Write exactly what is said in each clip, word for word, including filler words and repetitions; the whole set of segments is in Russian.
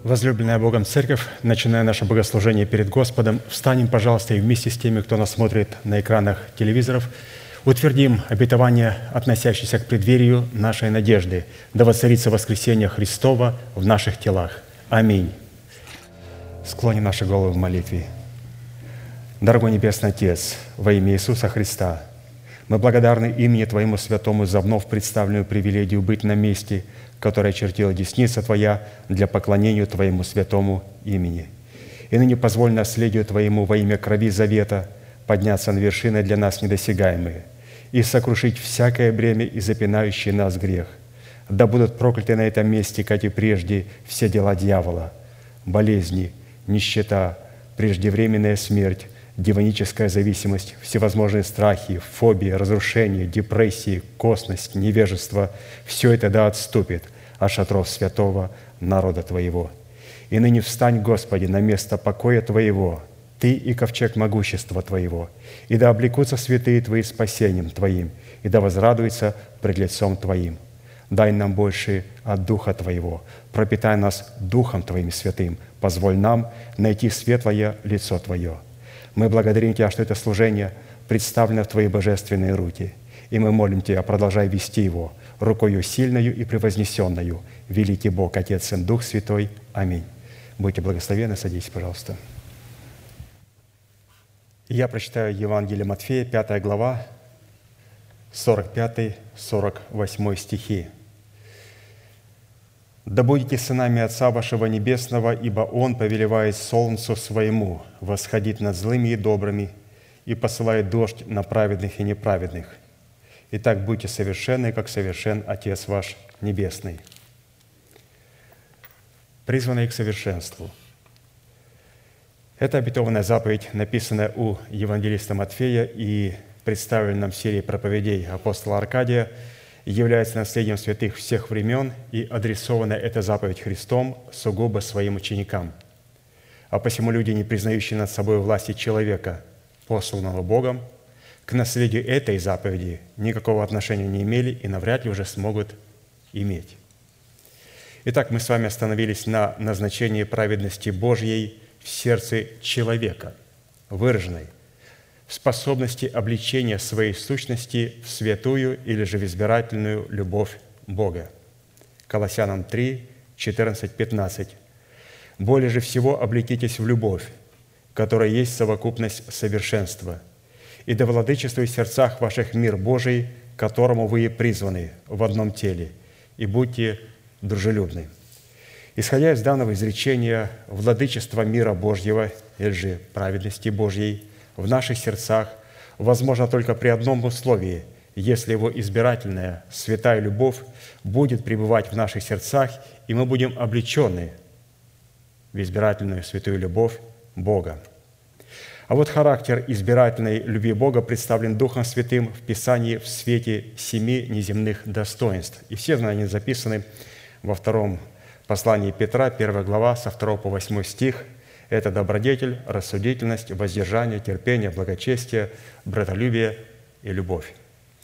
Возлюбленная Богом Церковь, начиная наше богослужение перед Господом, встанем, пожалуйста, и вместе с теми, кто нас смотрит на экранах телевизоров, утвердим обетование, относящееся к преддверию нашей надежды, да воцарится воскресение Христова в наших телах. Аминь. Склоним наши головы в молитве. Дорогой Небесный Отец, во имя Иисуса Христа, мы благодарны имени Твоему Святому за вновь представленную привилегию быть на месте, которое очертила десница Твоя для поклонения Твоему святому имени. И ныне позволь наследию Твоему во имя крови завета подняться на вершины для нас недосягаемые и сокрушить всякое бремя и запинающий нас грех. Да будут прокляты на этом месте, как и прежде, все дела дьявола, болезни, нищета, преждевременная смерть, демоническая зависимость, всевозможные страхи, фобии, разрушения, депрессии, косность, невежество – все это да отступит от шатров святого народа Твоего. И ныне встань, Господи, на место покоя Твоего, Ты и ковчег могущества Твоего, и да облекутся святые Твои спасением Твоим, и да возрадуются пред лицом Твоим. Дай нам больше от Духа Твоего, пропитай нас Духом Твоим святым, позволь нам найти светлое лицо Твое. Мы благодарим Тебя, что это служение представлено в Твои божественные руки, и мы молим Тебя, продолжай вести его рукою сильною и превознесенную, великий Бог, Отец, Сын, Дух Святой. Аминь. Будьте благословенны, садитесь, пожалуйста. Я прочитаю Евангелие Матфея, пятая глава, сорок пятый — сорок восьмой стихи. «Да будете сынами Отца вашего Небесного, ибо Он повелевает солнцу своему восходить над злыми и добрыми и посылает дождь на праведных и неправедных. Итак, будьте совершенны, как совершен Отец ваш Небесный». Призванные к совершенству. Это обетованная заповедь, написанная у евангелиста Матфея и представлена нам в серии проповедей апостола Аркадия, является наследием святых всех времен, и адресована эта заповедь Христом сугубо своим ученикам. А посему люди, не признающие над собой власти человека, посланного Богом, к наследию этой заповеди никакого отношения не имели и навряд ли уже смогут иметь. Итак, мы с вами остановились на назначении праведности Божьей в сердце человека, выраженной в способности обличения своей сущности в святую или же в избирательную любовь Бога. Колоссянам три, четырнадцать, пятнадцать. «Более же всего облекитесь в любовь, которая есть совокупность совершенства, и да владычествует в сердцах ваших мир Божий, к которому вы и призваны в одном теле, и будьте дружелюбны». Исходя из данного изречения, владычество мира Божьего, или же праведности Божьей, в наших сердцах возможно только при одном условии, если Его избирательная, святая любовь будет пребывать в наших сердцах, и мы будем облечены в избирательную святую любовь Бога. А вот характер избирательной любви Бога представлен Духом Святым в Писании в свете семи неземных достоинств. И все они записаны во втором послании Петра, первая глава, со второго по восьмой стих. Это добродетель, рассудительность, воздержание, терпение, благочестие, братолюбие и любовь.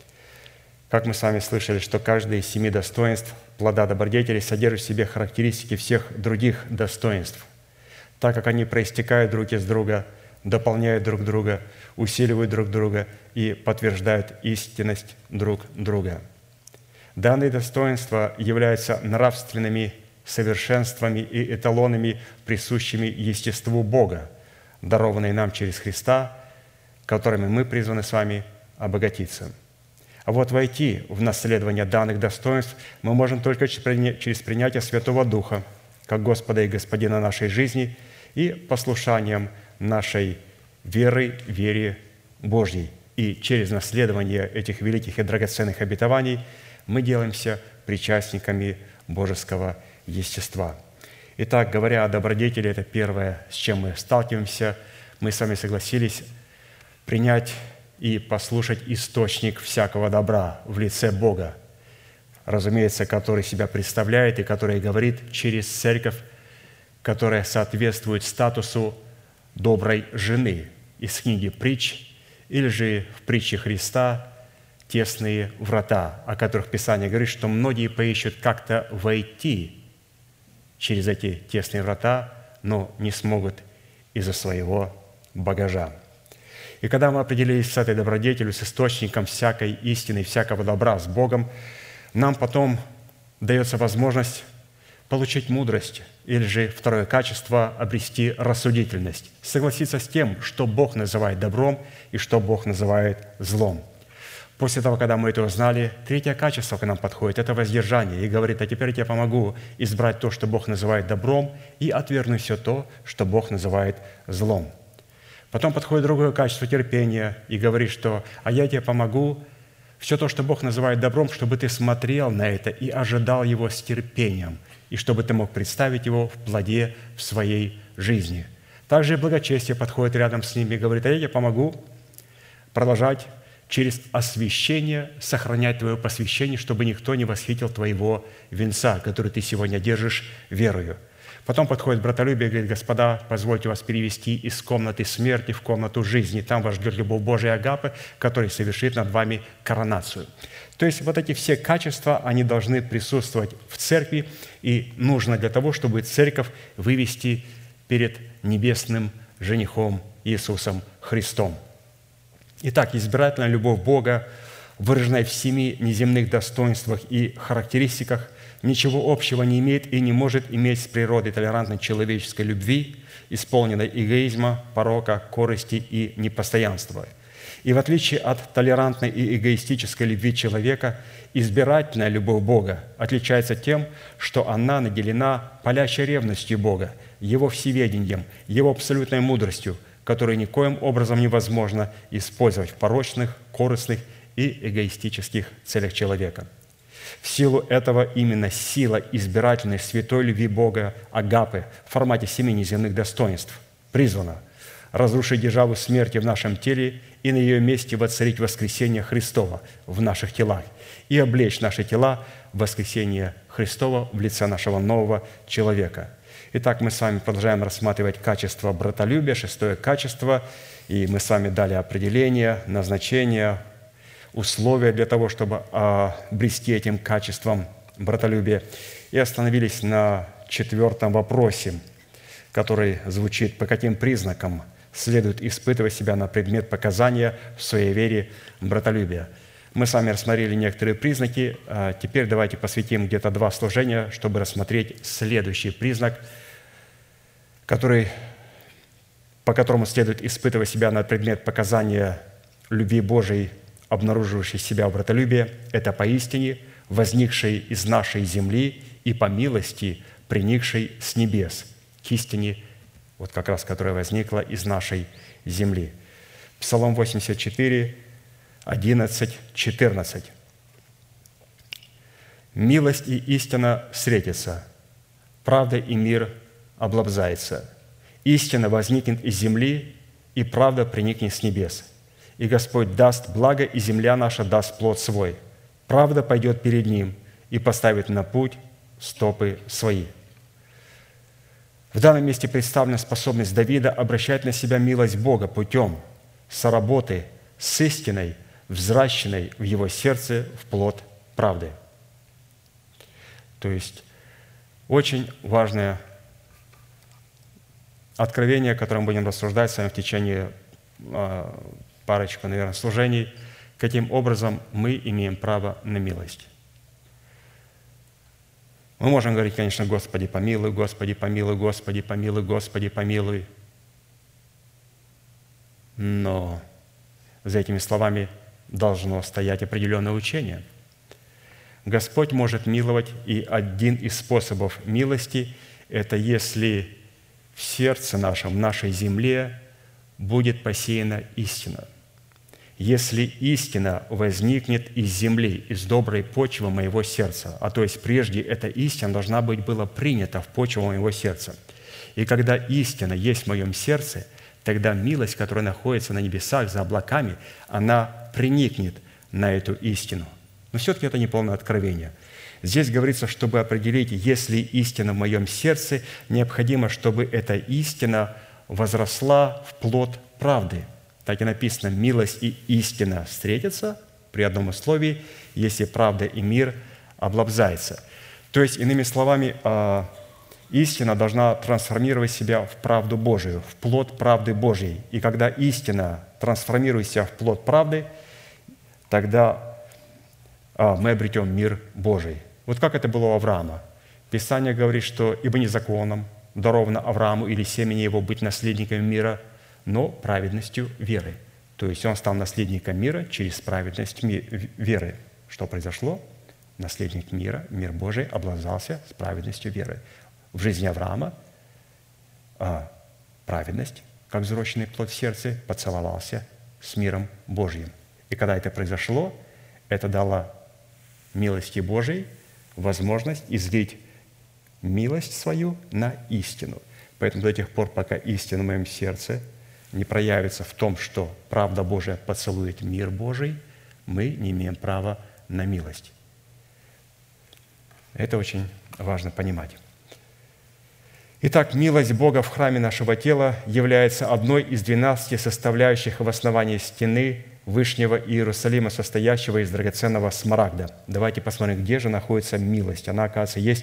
Как мы с вами слышали, что каждое из семи достоинств плода добродетели содержит в себе характеристики всех других достоинств, так как они проистекают друг из друга, дополняют друг друга, усиливают друг друга и подтверждают истинность друг друга. Данные достоинства являются нравственными совершенствами и эталонами, присущими естеству Бога, дарованные нам через Христа, которыми мы призваны с вами обогатиться. А вот войти в наследование данных достоинств мы можем только через принятие Святого Духа, как Господа и Господина нашей жизни, и послушанием нашей веры, вере Божьей. И через наследование этих великих и драгоценных обетований мы делаемся причастниками божеского естества. Итак, говоря о добродетели, это первое, с чем мы сталкиваемся. Мы с вами согласились принять и послушать источник всякого добра в лице Бога, разумеется, который себя представляет и который говорит через церковь, которая соответствует статусу доброй жены из книги «Притч», или же в притче Христа «Тесные врата», о которых Писание говорит, что многие поищут как-то войти через эти тесные врата, но не смогут из-за своего багажа. И когда мы определились с этой добродетелью, с источником всякой истины, всякого добра, с Богом, нам потом дается возможность получить мудрость, или же второе качество – обрести рассудительность, согласиться с тем, что Бог называет добром и что Бог называет злом. После того, когда мы это узнали, третье качество к нам подходит – это воздержание, и говорит: а теперь я тебе помогу избрать то, что Бог называет добром, и отвергнуть все то, что Бог называет злом. Потом подходит другое качество терпения и говорит, что «а я тебе помогу все то, что Бог называет добром, чтобы ты смотрел на это и ожидал его с терпением, и чтобы ты мог представить его в плоде в своей жизни». Также и благочестие подходит рядом с ними и говорит: а я тебе помогу продолжать через освящение сохранять твое посвящение, чтобы никто не восхитил твоего венца, который ты сегодня держишь верою. Потом подходит братолюбие и говорит: господа, позвольте вас перевести из комнаты смерти в комнату жизни. Там вас ждет любовь Божия Агапы, который совершит над вами коронацию. То есть вот эти все качества, они должны присутствовать в церкви, и нужно для того, чтобы церковь вывести перед небесным женихом Иисусом Христом. Итак, избирательная любовь Бога, выраженная в семи неземных достоинствах и характеристиках, ничего общего не имеет и не может иметь с природой толерантной человеческой любви, исполненной эгоизма, порока, корысти и непостоянства. И в отличие от толерантной и эгоистической любви человека, избирательная любовь Бога отличается тем, что она наделена палящей ревностью Бога, Его всеведением, Его абсолютной мудростью, которую никоим образом невозможно использовать в порочных, корыстных и эгоистических целях человека. В силу этого именно сила избирательной святой любви Бога Агапы в формате семи неземных достоинств призвана разрушить державу смерти в нашем теле и на ее месте воцарить воскресение Христова в наших телах и облечь наши тела в воскресение Христова в лице нашего нового человека. Итак, мы с вами продолжаем рассматривать качество братолюбия, шестое качество, и мы с вами дали определение, назначение, условия для того, чтобы обрести этим качеством братолюбия, и остановились на четвертом вопросе, который звучит: по каким признакам следует испытывать себя на предмет показания в своей вере братолюбия. Мы с вами рассмотрели некоторые признаки, а теперь давайте посвятим где-то два служения, чтобы рассмотреть следующий признак, который, по которому следует испытывать себя на предмет показания любви Божией, обнаруживающей себя в братолюбии. Это поистине возникшей из нашей земли и по милости приникшей с небес к истине, вот как раз которая возникла из нашей земли. Псалом восемьдесят четыре, одиннадцать, четырнадцать. «Милость и истина встретятся, правда и мир облобзается. Истина возникнет из земли, и правда приникнет с небес. И Господь даст благо, и земля наша даст плод свой. Правда пойдет перед Ним и поставит на путь стопы свои». В данном месте представлена способность Давида обращать на себя милость Бога путем соработы с истиной, взращенной в его сердце в плод правды. То есть очень важное откровение, о котором будем рассуждать с вами в течение э, парочку, наверное, служений, каким образом мы имеем право на милость. Мы можем говорить, конечно: «Господи, помилуй, Господи, помилуй, Господи, помилуй, Господи, помилуй». Но за этими словами должно стоять определенное учение. Господь может миловать, и один из способов милости – это если в сердце нашем, в нашей земле будет посеяна истина. Если истина возникнет из земли, из доброй почвы моего сердца, а то есть прежде эта истина должна быть была принята в почву моего сердца. И когда истина есть в моем сердце, тогда милость, которая находится на небесах за облаками, она приникнет на эту истину. Но все-таки это не полное откровение. Здесь говорится, чтобы определить, если истина в моем сердце, необходимо, чтобы эта истина возросла в плод правды. Так и написано: «Милость и истина встретятся» при одном условии, если правда и мир облобзается. То есть, иными словами, Истина должна трансформировать себя в правду Божию, в плод правды Божьей. И когда истина трансформирует себя в плод правды, тогда а, мы обретем мир Божий. Вот как это было у Авраама. Писание говорит, что «ибо не законом даровано Аврааму или семени его быть наследником мира, но праведностью веры». То есть он стал наследником мира через праведность веры. Что произошло? Наследник мира, мир Божий, облазался с праведностью веры. В жизни Авраама а, праведность, как взросшенный плод в сердце, поцеловался с миром Божьим. И когда это произошло, это дало милости Божией возможность излить милость свою на истину. Поэтому до тех пор, пока истина в моем сердце не проявится в том, что правда Божия поцелует мир Божий, мы не имеем права на милость. Это очень важно понимать. Итак, милость Бога в храме нашего тела является одной из двенадцати составляющих в основании стены Вышнего Иерусалима, состоящего из драгоценного смарагда. Давайте посмотрим, где же находится милость. Она, оказывается, есть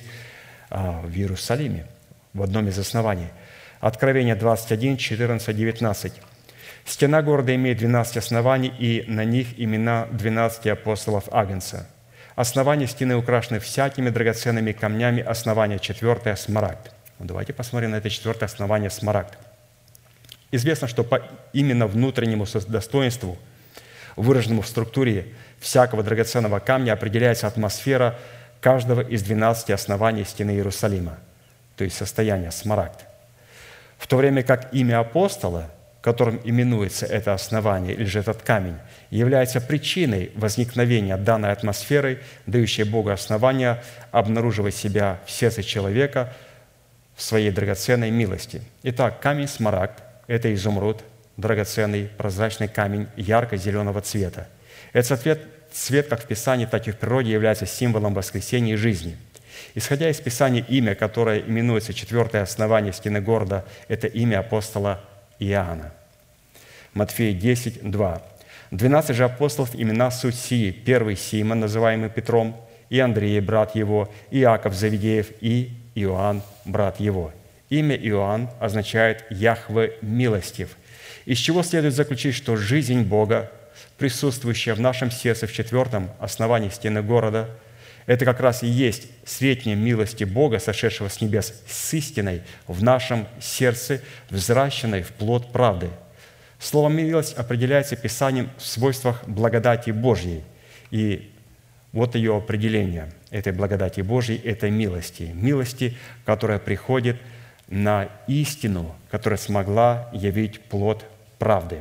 в Иерусалиме, в одном из оснований. Откровение двадцать один, четырнадцать, девятнадцать. «Стена города имеет двенадцать оснований, и на них имена двенадцати апостолов Агнца. Основания стены украшены всякими драгоценными камнями. Основание четвертое – смарагд». Давайте посмотрим на это четвертое основание – смарагд. Известно, что по именно внутреннему достоинству, выраженному в структуре всякого драгоценного камня, определяется атмосфера каждого из двенадцати оснований стены Иерусалима, то есть состояние смарагд. В то время как имя апостола, которым именуется это основание или же этот камень, является причиной возникновения данной атмосферы, дающей Богу основания обнаруживать себя в сердце человека в своей драгоценной милости. Итак, камень смарагд – это изумруд, драгоценный прозрачный камень ярко-зеленого цвета. Этот цвет, цвет как в Писании, так и в природе является символом воскресения и жизни. Исходя из Писания, имя, которое именуется четвертое основание стены города, это имя апостола Иоанна. Матфея десять, два. «Двенадцать же апостолов имена суть сии: первый Симон, называемый Петром, и Андрей, брат его, и Иаков Завидеев, и Иоанн, брат его». Имя Иоанн означает «Яхве милостив», из чего следует заключить, что жизнь Бога, присутствующая в нашем сердце в четвертом основании стены города, это как раз и есть средняя милости Бога, сошедшего с небес с истиной в нашем сердце, взращенной в плод правды. Слово «милость» определяется Писанием в свойствах благодати Божьей. И вот ее определение этой благодати Божьей, этой милости. Милости, которая приходит на истину, которая смогла явить плод правды.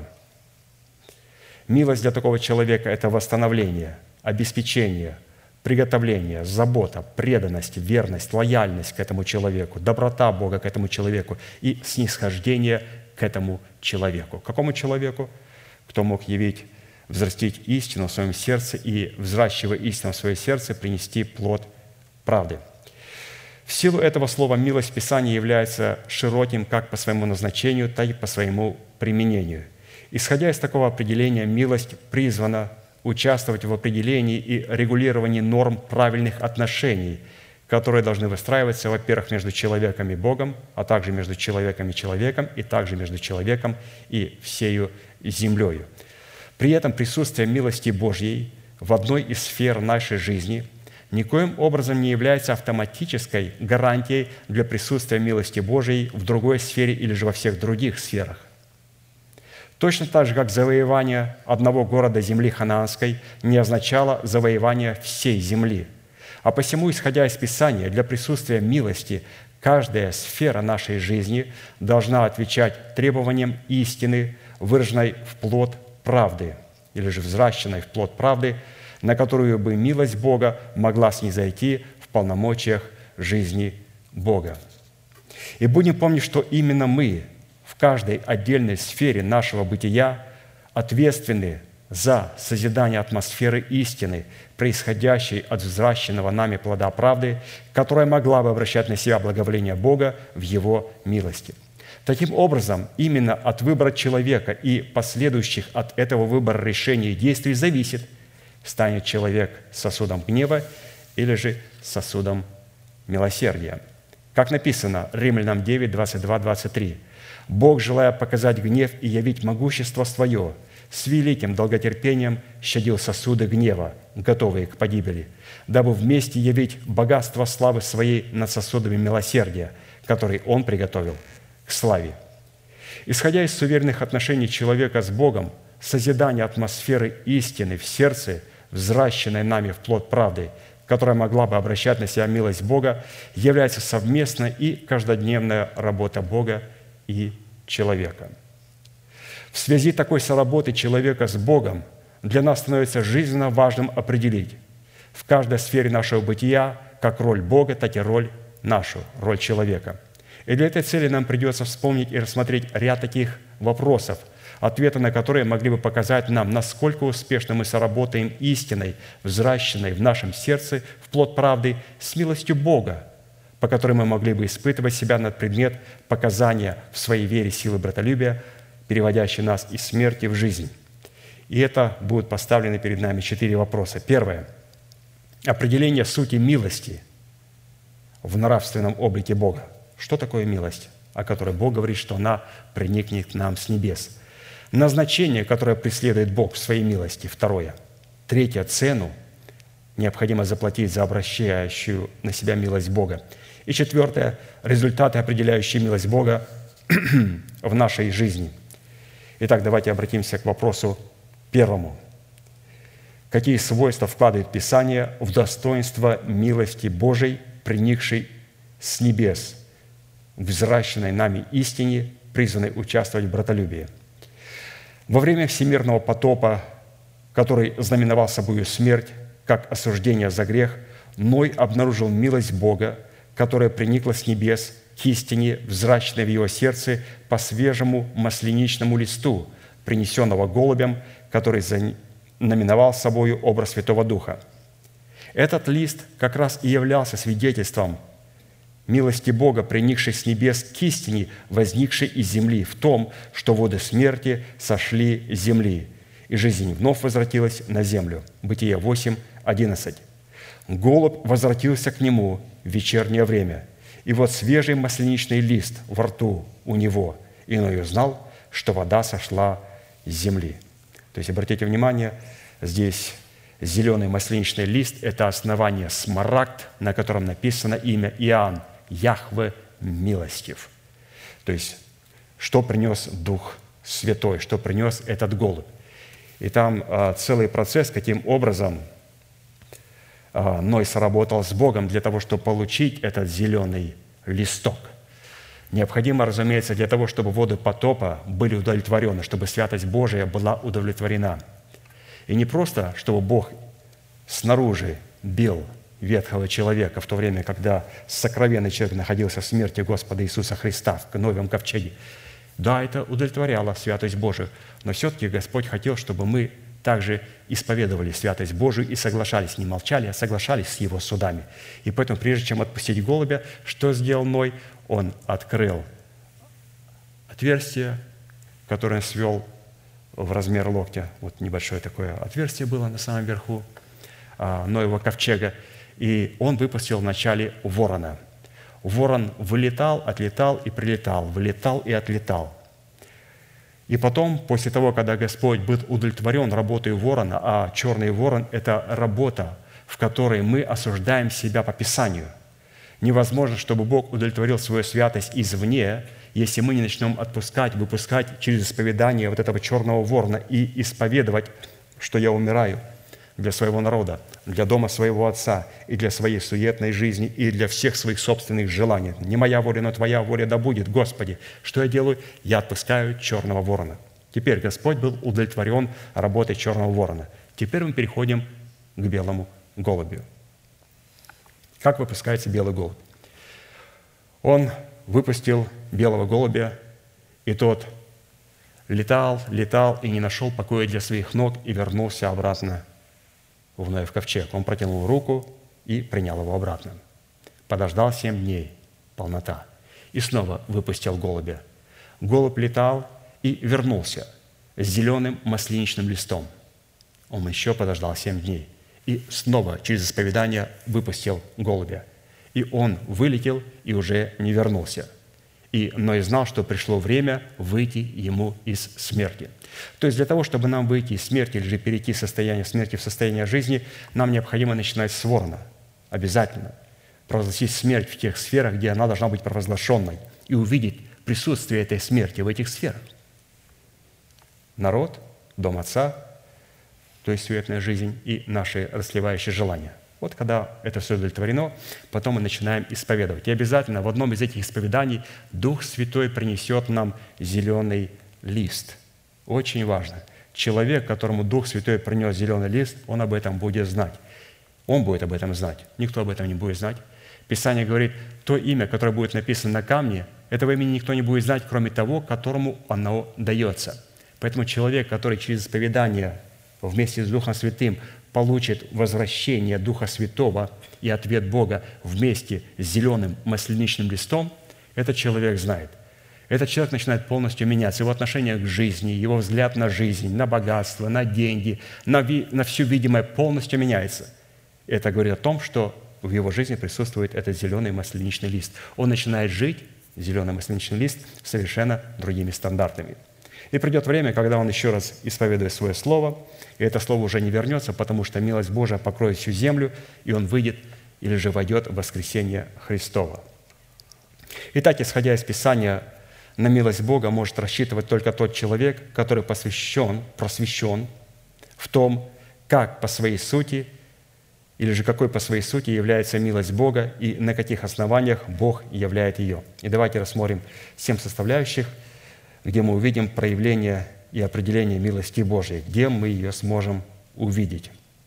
Милость для такого человека – это восстановление, обеспечение, приготовление, забота, преданность, верность, лояльность к этому человеку, доброта Бога к этому человеку и снисхождение к этому человеку. К какому человеку? Кто мог явить, взрастить истину в своем сердце и, взращивая истину в свое сердце, принести плод правды. В силу этого слова «милость» в Писании является широким как по своему назначению, так и по своему применению. Исходя из такого определения, милость призвана участвовать в определении и регулировании норм правильных отношений, которые должны выстраиваться, во-первых, между человеком и Богом, а также между человеком и человеком, и также между человеком и всею землею. При этом присутствие милости Божьей в одной из сфер нашей жизни никоим образом не является автоматической гарантией для присутствия милости Божьей в другой сфере или же во всех других сферах. Точно так же, как завоевание одного города земли ханаанской не означало завоевание всей земли. А посему, исходя из Писания, для присутствия милости каждая сфера нашей жизни должна отвечать требованиям истины, выраженной в плод правды, или же взращенной в плод правды, на которую бы милость Бога могла снизойти в полномочиях жизни Бога. И будем помнить, что именно мы в каждой отдельной сфере нашего бытия ответственны за созидание атмосферы истины, происходящей от взращенного нами плода правды, которая могла бы обращать на себя благоволение Бога в Его милости. Таким образом, именно от выбора человека и последующих от этого выбора решений и действий зависит, станет человек сосудом гнева или же сосудом милосердия. Как написано, Римлянам девять, двадцать два, двадцать три. «Бог, желая показать гнев и явить могущество Свое, с великим долготерпением щадил сосуды гнева, готовые к погибели, дабы вместе явить богатство славы Своей над сосудами милосердия, который Он приготовил к славе». Исходя из суверенных отношений человека с Богом, созидание атмосферы истины в сердце, взращенной нами в плод правды, которая могла бы обращать на себя милость Бога, является совместная и каждодневная работа Бога и человека. В связи такой соработы человека с Богом для нас становится жизненно важным определить в каждой сфере нашего бытия как роль Бога, так и роль нашу, роль человека. И для этой цели нам придется вспомнить и рассмотреть ряд таких вопросов, ответы на которые могли бы показать нам, насколько успешно мы соработаем истиной, взращенной в нашем сердце, в плод правды, с милостью Бога, по которой мы могли бы испытывать себя над предмет показания в своей вере силы братолюбия, переводящей нас из смерти в жизнь. И это будут поставлены перед нами четыре вопроса. Первое. Определение сути милости в нравственном облике Бога. Что такое милость, о которой Бог говорит, что она проникнет к нам с небес? Назначение, которое преследует Бог в своей милости. Второе. Третье. Цену необходимо заплатить за обращающую на себя милость Бога. И четвертое. Результаты, определяющие милость Бога в нашей жизни. Итак, давайте обратимся к вопросу первому. Какие свойства вкладывает Писание в достоинство милости Божией, приникшей с небес, в взращенной нами истине, призванной участвовать в братолюбии? Во время всемирного потопа, который знаменовал собою смерть, как осуждение за грех, Ной обнаружил милость Бога, которая приникла с небес к истине, взращенной в его сердце по свежему масленичному листу, принесенного голубем, который знаменовал собою образ Святого Духа. Этот лист как раз и являлся свидетельством милости Бога, приникшей с небес к истине, возникшей из земли, в том, что воды смерти сошли с земли, и жизнь вновь возвратилась на землю. Бытие восемь, одиннадцать. Голубь возвратился к нему в вечернее время, и вот свежий масленичный лист во рту у него, и Ной узнал, что вода сошла с земли. То есть, обратите внимание, здесь зеленый масленичный лист – это основание смарагд, на котором написано имя Иоанн, Яхве милостив. То есть, что принес Дух Святой, что принес этот голубь. И там а, целый процесс, каким образом а, Ной сработал с Богом для того, чтобы получить этот зеленый листок. Необходимо, разумеется, для того, чтобы воды потопа были удовлетворены, чтобы святость Божия была удовлетворена. И не просто, чтобы Бог снаружи бил ветхого человека в то время, когда сокровенный человек находился в смерти Господа Иисуса Христа в новом ковчеге. Да, это удовлетворяло святость Божию, но все-таки Господь хотел, чтобы мы также исповедовали святость Божию и соглашались, не молчали, а соглашались с Его судами. И поэтому, прежде чем отпустить голубя, что сделал Ной? Он открыл отверстие, которое он свел в размер локтя. Вот небольшое такое отверстие было на самом верху Ноева ковчега. И он выпустил вначале ворона. Ворон вылетал, отлетал и прилетал, вылетал и отлетал. И потом, после того, когда Господь был удовлетворен работой ворона, а черный ворон – это работа, в которой мы осуждаем себя по Писанию. Невозможно, чтобы Бог удовлетворил свою святость извне, если мы не начнем отпускать, выпускать через исповедание вот этого черного ворона и исповедовать, что я умираю для своего народа, для дома своего отца и для своей суетной жизни и для всех своих собственных желаний. Не моя воля, но Твоя воля да будет, Господи. Что я делаю? Я отпускаю черного ворона. Теперь Господь был удовлетворен работой черного ворона. Теперь мы переходим к белому голубю. Как выпускается белый голубь? Он выпустил белого голубя, и тот летал, летал и не нашел покоя для своих ног и вернулся обратно в Ноев ковчег. Он протянул руку и принял его обратно. Подождал семь дней, полнота, и снова выпустил голубя. Голубь летал и вернулся с зеленым масленичным листом. Он еще подождал семь дней и снова через исповедание выпустил голубя. И он вылетел и уже не вернулся. И Ной знал, что пришло время выйти ему из смерти. То есть для того, чтобы нам выйти из смерти или же перейти из состояния смерти в состояние жизни, нам необходимо начинать с ворона. Обязательно. Провозгласить смерть в тех сферах, где она должна быть провозглашенной, и увидеть присутствие этой смерти в этих сферах. Народ, дом Отца, то есть суетная жизнь, и наши расливающие желания. Вот когда это все удовлетворено, потом мы начинаем исповедовать. И обязательно в одном из этих исповеданий Дух Святой принесет нам зеленый лист. Очень важно. Человек, которому Дух Святой принес зеленый лист, он об этом будет знать. Он будет об этом знать. Никто об этом не будет знать. Писание говорит, то имя, которое будет написано на камне, этого имени никто не будет знать, кроме того, которому оно дается. Поэтому человек, который через исповедание вместе с Духом Святым получит возвращение Духа Святого и ответ Бога вместе с зеленым масленичным листом, этот человек знает. Этот человек начинает полностью меняться. Его отношение к жизни, его взгляд на жизнь, на богатство, на деньги, на, ви, на все видимое полностью меняется. Это говорит о том, что в его жизни присутствует этот зеленый масленичный лист. Он начинает жить, зеленый масленичный лист, совершенно другими стандартами. И придет время, когда он еще раз исповедует свое слово, и это слово уже не вернется, потому что милость Божия покроет всю землю, и он выйдет или же войдет в воскресение Христово. Итак, исходя из Писания, на милость Бога может рассчитывать только тот человек, который посвящен, просвещен в том, как по своей сути или же какой по своей сути является милость Бога и на каких основаниях Бог являет ее. И давайте рассмотрим семь составляющих, где мы увидим проявление и определение милости Божьей, где мы ее сможем увидеть.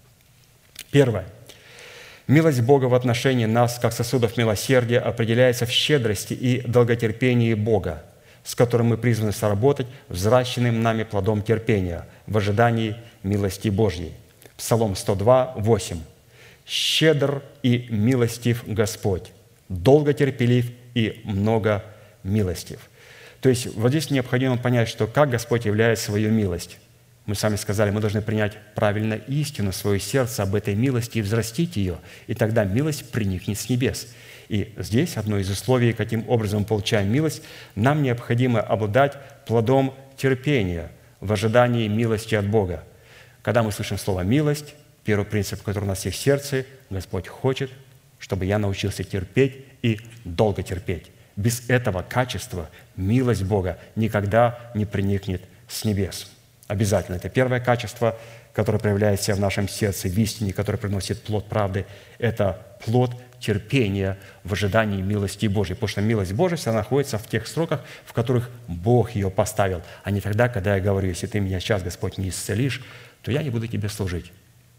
Первое. Милость Бога в отношении нас, как сосудов милосердия, определяется в щедрости и долготерпении Бога, с которым мы призваны соработать взращенным нами плодом терпения в ожидании милости Божьей. Псалом сто два, восемь. «Щедр и милостив Господь, долготерпелив и много милостив». То есть вот здесь необходимо понять, что как Господь являет свою милость. Мы сами сказали, мы должны принять правильно истину в свое сердце об этой милости и взрастить ее, и тогда милость проникнет с небес. И здесь одно из условий, каким образом мы получаем милость, нам необходимо обладать плодом терпения в ожидании милости от Бога. Когда мы слышим слово «милость», первый принцип, который у нас есть в сердце, Господь хочет, чтобы я научился терпеть и долго терпеть. Без этого качества милость Бога никогда не проникнет с небес. Обязательно. Это первое качество, которое проявляется в нашем сердце, в истине, которое приносит плод правды. Это плод терпения в ожидании милости Божьей. Потому что милость Божья всегда находится в тех сроках, в которых Бог ее поставил, а не тогда, когда я говорю, если ты меня сейчас, Господь, не исцелишь, то я не буду тебе служить.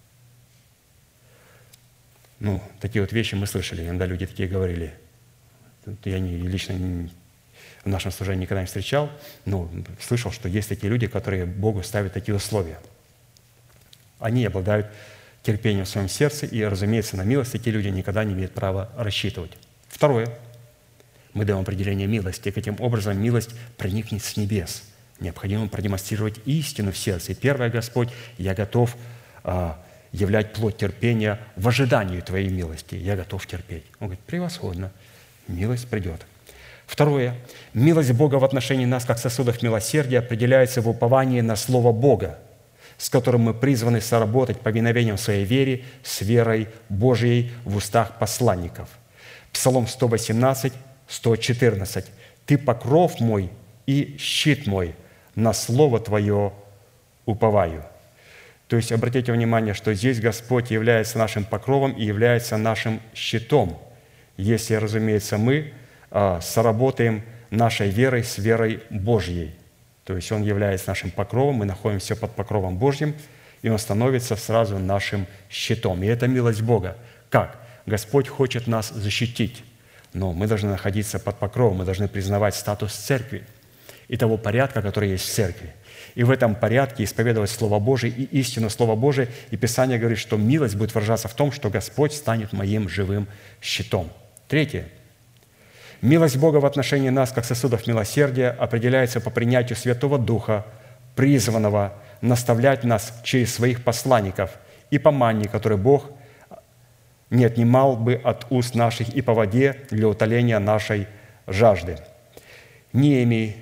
Ну, такие вот вещи мы слышали. Иногда люди такие говорили. Я не, лично не, в нашем служении никогда не встречал, но слышал, что есть такие люди, которые Богу ставят такие условия. Они обладают терпением в своем сердце, и, разумеется, на милость эти люди никогда не имеют права рассчитывать. Второе. Мы даем определение милости. Каким образом милость проникнет с небес? Необходимо продемонстрировать истину в сердце. И первое, Господь, я готов а, являть плод терпения в ожидании Твоей милости. Я готов терпеть. Он говорит, превосходно. Милость придет. Второе. Милость Бога в отношении нас, как сосудов милосердия, определяется в уповании на Слово Бога, с которым мы призваны соработать повиновением своей вере с верой Божьей в устах посланников. Псалом сто восемнадцать, сто четырнадцать. «Ты покров мой и щит мой, на Слово Твое уповаю». То есть обратите внимание, что здесь Господь является нашим покровом и является нашим щитом, если, разумеется, мы а, соработаем нашей верой с верой Божьей. То есть Он является нашим покровом, мы находимся под покровом Божьим, и Он становится сразу нашим щитом. И это милость Бога. Как? Господь хочет нас защитить, но мы должны находиться под покровом, мы должны признавать статус церкви и того порядка, который есть в церкви. И в этом порядке исповедовать Слово Божие и истину Слова Божие. И Писание говорит, что милость будет выражаться в том, что Господь станет моим живым щитом. Третье. Милость Бога в отношении нас, как сосудов милосердия, определяется по принятию Святого Духа, призванного наставлять нас через своих посланников, и по манне, которую Бог не отнимал бы от уст наших и по воде для утоления нашей жажды». Неемий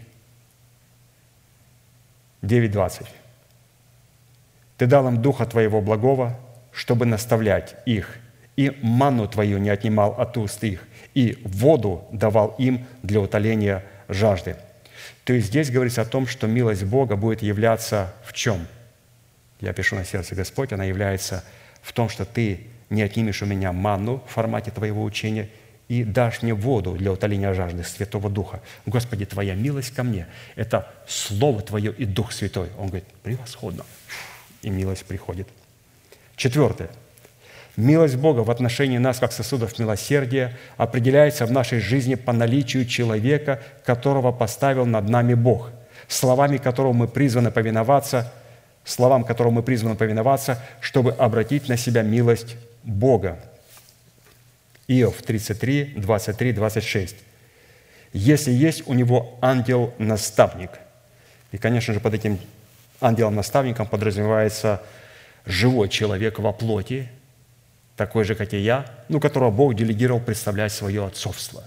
девять двадцать. «Ты дал им Духа Твоего благого, чтобы наставлять их, и манну Твою не отнимал от уст их, и воду давал им для утоления жажды». То есть здесь говорится о том, что милость Бога будет являться в чем? Я пишу на сердце: Господь, она является в том, что Ты не отнимешь у меня манну в формате Твоего учения и дашь мне воду для утоления жажды Святого Духа. Господи, Твоя милость ко мне – это Слово Твое и Дух Святой. Он говорит: превосходно. И милость приходит. Четвертое. Милость Бога в отношении нас, как сосудов милосердия, определяется в нашей жизни по наличию человека, которого поставил над нами Бог, словами которого мы призваны повиноваться, словам которого мы призваны повиноваться, чтобы обратить на себя милость Бога. Иов тридцать три, двадцать три, двадцать шесть. «Если есть у него ангел-наставник». И, конечно же, под этим ангелом-наставником подразумевается живой человек во плоти, такой же, как и я, ну, которого Бог делегировал представлять свое отцовство.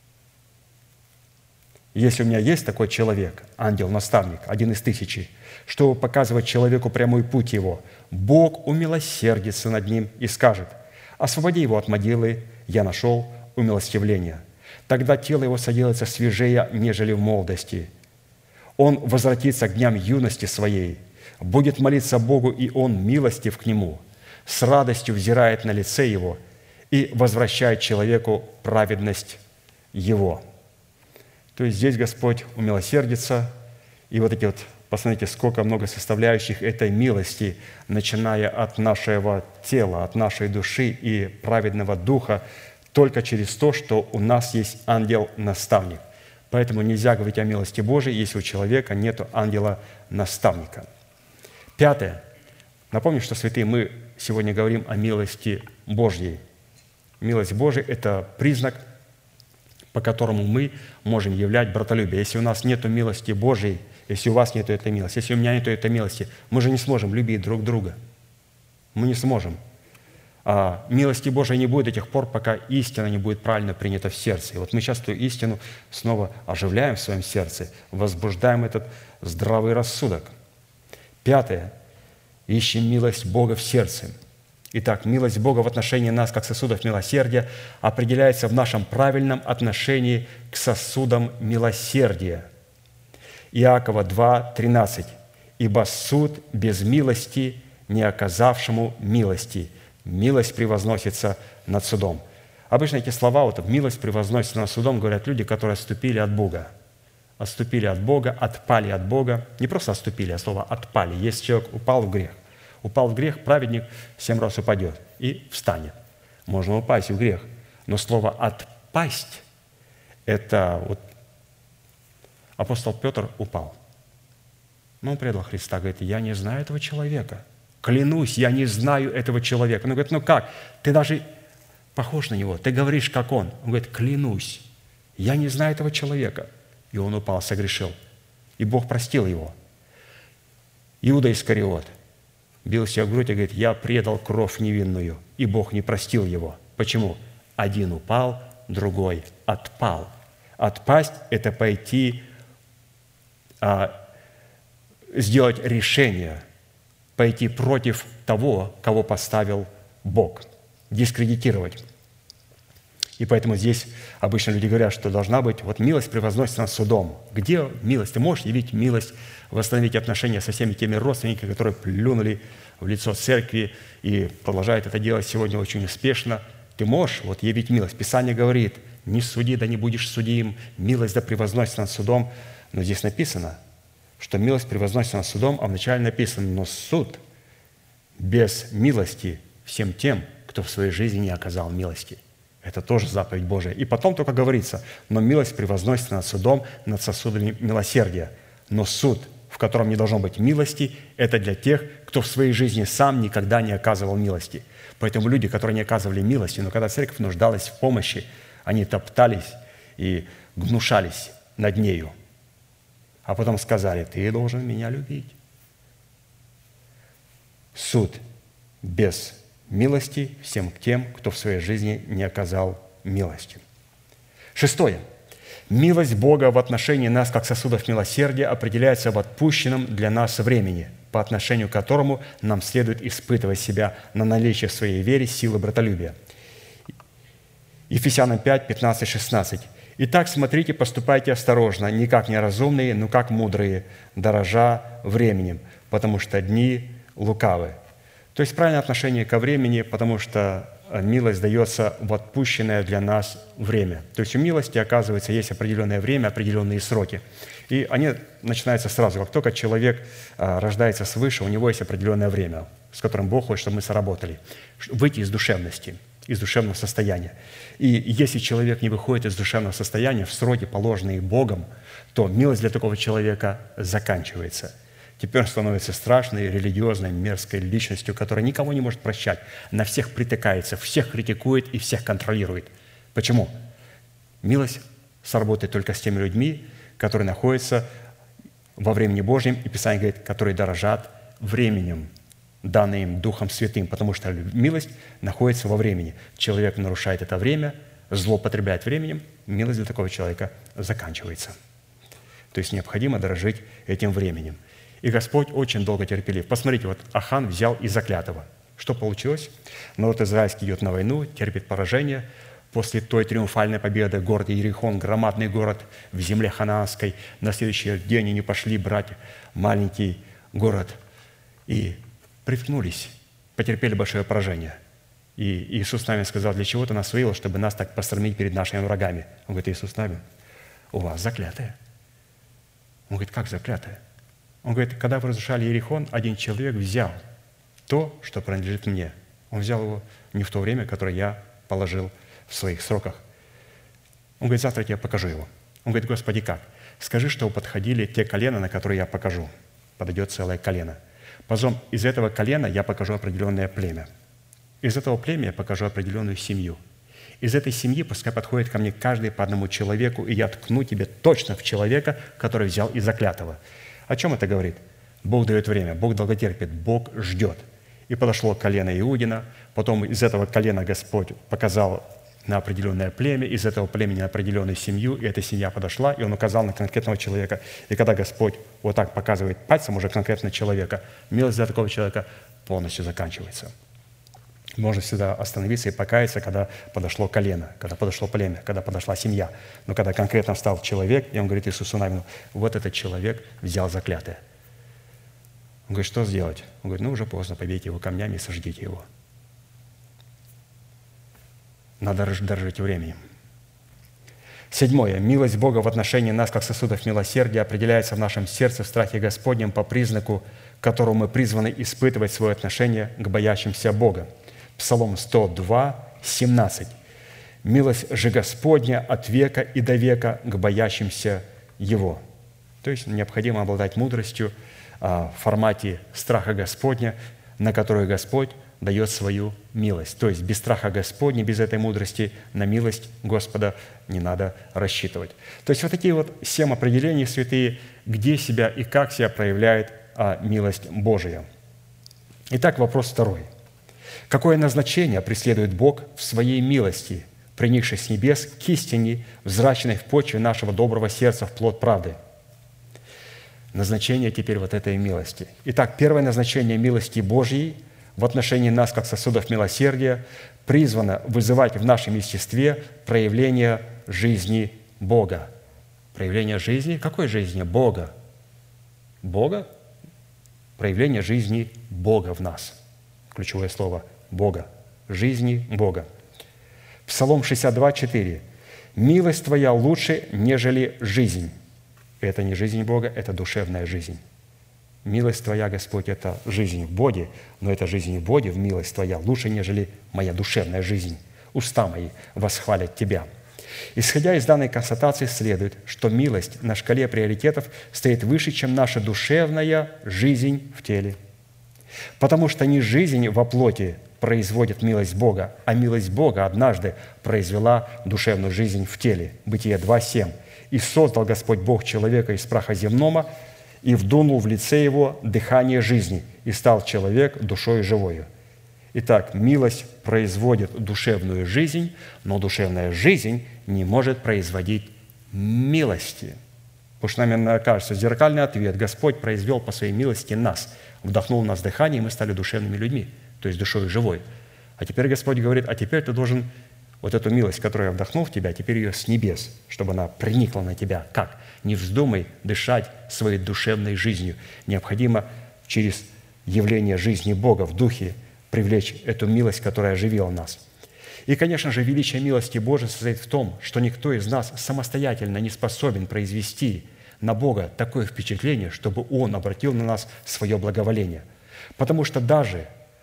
Если у меня есть такой человек, ангел-наставник, один из тысячи, чтобы показывать человеку прямой путь его, Бог умилосердится над ним и скажет: «Освободи его от могилы, я нашел умилостивление». Тогда тело его соделается свежее, нежели в молодости. Он возвратится к дням юности своей, будет молиться Богу, и он милостив к нему, с радостью взирает на лице его и возвращает человеку праведность его». То есть здесь Господь умилосердится, и вот эти вот, посмотрите, сколько много составляющих этой милости, начиная от нашего тела, от нашей души и праведного духа, только через то, что у нас есть ангел-наставник. Поэтому нельзя говорить о милости Божией, если у человека нет ангела-наставника. Пятое. Напомню, что, святые, мы сегодня говорим о милости Божьей. Милость Божия – это признак, по которому мы можем являть братолюбие. Если у нас нет милости Божьей, если у вас нет этой милости, если у меня нет этой милости, мы же не сможем любить друг друга. Мы не сможем. А милости Божией не будет до тех пор, пока истина не будет правильно принята в сердце. И вот мы сейчас эту истину снова оживляем в своем сердце, возбуждаем этот здравый рассудок. Пятое. Ищем милость Бога в сердце. Итак, милость Бога в отношении нас, как сосудов милосердия, определяется в нашем правильном отношении к сосудам милосердия. Иакова два, тринадцать. «Ибо суд без милости, не оказавшему милости, милость превозносится над судом». Обычно эти слова, вот «милость превозносится над судом», говорят люди, которые отступили от Бога. Отступили от Бога, отпали от Бога. Не просто отступили, а слово «отпали». Если человек упал в грех, упал в грех, праведник семь раз упадет и встанет. Можно упасть в грех. Но слово «отпасть» – это вот апостол Петр упал. Но он предал Христа, говорит: «Я не знаю этого человека. Клянусь, я не знаю этого человека». Он говорит: «Ну как? Ты даже похож на него, ты говоришь, как он». Он говорит: «Клянусь, я не знаю этого человека». И он упал, согрешил. И Бог простил его. Иуда Искариот бил себя в грудь и говорит: «Я предал кровь невинную». И Бог не простил его. Почему? Один упал, другой отпал. Отпасть – это пойти, а, сделать решение, пойти против того, кого поставил Бог, дискредитировать. И поэтому здесь обычно люди говорят, что должна быть, вот милость превозносится над судом. Где милость? Ты можешь явить милость, восстановить отношения со всеми теми родственниками, которые плюнули в лицо церкви и продолжают это делать сегодня очень успешно. Ты можешь вот явить милость. Писание говорит: «Не суди, да не будешь судим, милость да превозносится над судом». Но здесь написано, что милость превозносится над судом, а вначале написано: «Но суд без милости всем тем, кто в своей жизни не оказал милости». Это тоже заповедь Божия. И потом только говорится: «Но милость превозносится над судом, над сосудами милосердия». Но суд, в котором не должно быть милости, это для тех, кто в своей жизни сам никогда не оказывал милости. Поэтому люди, которые не оказывали милости, но когда церковь нуждалась в помощи, они топтались и гнушались над нею. А потом сказали: «Ты должен меня любить». Суд без милости всем тем, кто в своей жизни не оказал милости. Шестое. Милость Бога в отношении нас, как сосудов милосердия, определяется в отпущенном для нас времени, по отношению к которому нам следует испытывать себя на наличие в своей вере силы братолюбия. Ефесянам пять, пятнадцать, шестнадцать. «Итак, смотрите, поступайте осторожно, не как неразумные, но как мудрые, дорожа временем, потому что дни лукавы». То есть правильное отношение ко времени, потому что милость дается в отпущенное для нас время. То есть у милости, оказывается, есть определенное время, определенные сроки. И они начинаются сразу. Как только человек рождается свыше, у него есть определенное время, с которым Бог хочет, чтобы мы сработали. Выйти из душевности, из душевного состояния. И если человек не выходит из душевного состояния в сроки, положенные Богом, то милость для такого человека заканчивается. Теперь он становится страшной, религиозной, мерзкой личностью, которая никого не может прощать, на всех притыкается, всех критикует и всех контролирует. Почему? Милость сработает только с теми людьми, которые находятся во времени Божьем, и Писание говорит, которые дорожат временем, данное им Духом Святым, потому что милость находится во времени. Человек нарушает это время, злоупотребляет временем, милость для такого человека заканчивается. То есть необходимо дорожить этим временем. И Господь очень долго терпелив. Посмотрите, вот Ахан взял и заклятого. Что получилось? Народ израильский идет на войну, терпит поражение. После той триумфальной победы город Иерихон, громадный город в земле ханаанской, на следующий день они пошли брать маленький город и приткнулись, потерпели большое поражение. И Иисус с нами сказал, для чего ты нас вывел, чтобы нас так посрамить перед нашими врагами? Он говорит, Иисус с нами, у вас заклятое. Он говорит, как заклятое? Он говорит, когда вы разрушали Иерихон, один человек взял то, что принадлежит мне. Он взял его не в то время, которое я положил в своих сроках. Он говорит, завтра я тебе покажу его. Он говорит, Господи, как? Скажи, что подходили те колена, на которые я покажу. Подойдет целое колено. Потом из этого колена я покажу определенное племя. Из этого племя я покажу определенную семью. Из этой семьи пускай подходит ко мне каждый по одному человеку, и я ткну тебе точно в человека, который взял из заклятого. О чем это говорит? Бог дает время, Бог долготерпит, Бог ждет. И подошло колено Иудина, потом из этого колена Господь показал на определенное племя, из этого племени на определенную семью, и эта семья подошла, и Он указал на конкретного человека. И когда Господь вот так показывает пальцем уже конкретно человека, милость для такого человека полностью заканчивается. Можно всегда остановиться и покаяться, когда подошло колено, когда подошло племя, когда подошла семья. Но когда конкретно встал человек, и он говорит Иисусу Навину, вот этот человек взял заклятое. Он говорит, что сделать? Он говорит, ну уже поздно, побейте его камнями и сожгите его. Надо дорожить временем. Седьмое. Милость Бога в отношении нас, как сосудов милосердия, определяется в нашем сердце в страхе Господнем по признаку, которому мы призваны испытывать свое отношение к боящимся Бога. Псалом сто два, семнадцать. «Милость же Господня от века и до века к боящимся Его». То есть необходимо обладать мудростью в формате страха Господня, на которую Господь дает свою милость. То есть без страха Господня, без этой мудрости на милость Господа не надо рассчитывать. То есть вот такие вот семь определений святые, где себя и как себя проявляет милость Божия. Итак, вопрос второй. Какое назначение преследует Бог в своей милости, приникшей с небес к истине, взращенной в почве нашего доброго сердца в плод правды? Назначение теперь вот этой милости. Итак, первое назначение милости Божьей в отношении нас, как сосудов милосердия, призвано вызывать в нашем естестве проявление жизни Бога. Проявление жизни? Какой жизни? Бога. Бога? Проявление жизни Бога в нас. Ключевое слово – Бога. Жизни Бога. Псалом шестьдесят два, четыре. «Милость Твоя лучше, нежели жизнь». Это не жизнь Бога, это душевная жизнь. Милость Твоя, Господь, это жизнь в Боге, но эта жизнь в Боге, в милость Твоя, лучше, нежели моя душевная жизнь. Уста мои восхвалят Тебя. Исходя из данной констатации следует, что милость на шкале приоритетов стоит выше, чем наша душевная жизнь в теле. Потому что не жизнь во плоти производит милость Бога, а милость Бога однажды произвела душевную жизнь в теле. Бытие два, семь. «И создал Господь Бог человека из праха земного, и вдунул в лице его дыхание жизни, и стал человек душою живою». Итак, милость производит душевную жизнь, но душевная жизнь не может производить милости. Потому что нам иногда кажется, зеркальный ответ. Господь произвел по своей милости нас, вдохнул в нас дыхание, и мы стали душевными людьми, то есть душой живой. А теперь Господь говорит, а теперь ты должен вот эту милость, которую я вдохнул в тебя, теперь ее с небес, чтобы она проникла на тебя. Как? Не вздумай дышать своей душевной жизнью. Необходимо через явление жизни Бога в духе привлечь эту милость, которая оживила нас. И, конечно же, величие милости Божией состоит в том, что никто из нас самостоятельно не способен произвести на Бога такое впечатление, чтобы Он обратил на нас свое благоволение. Потому что даже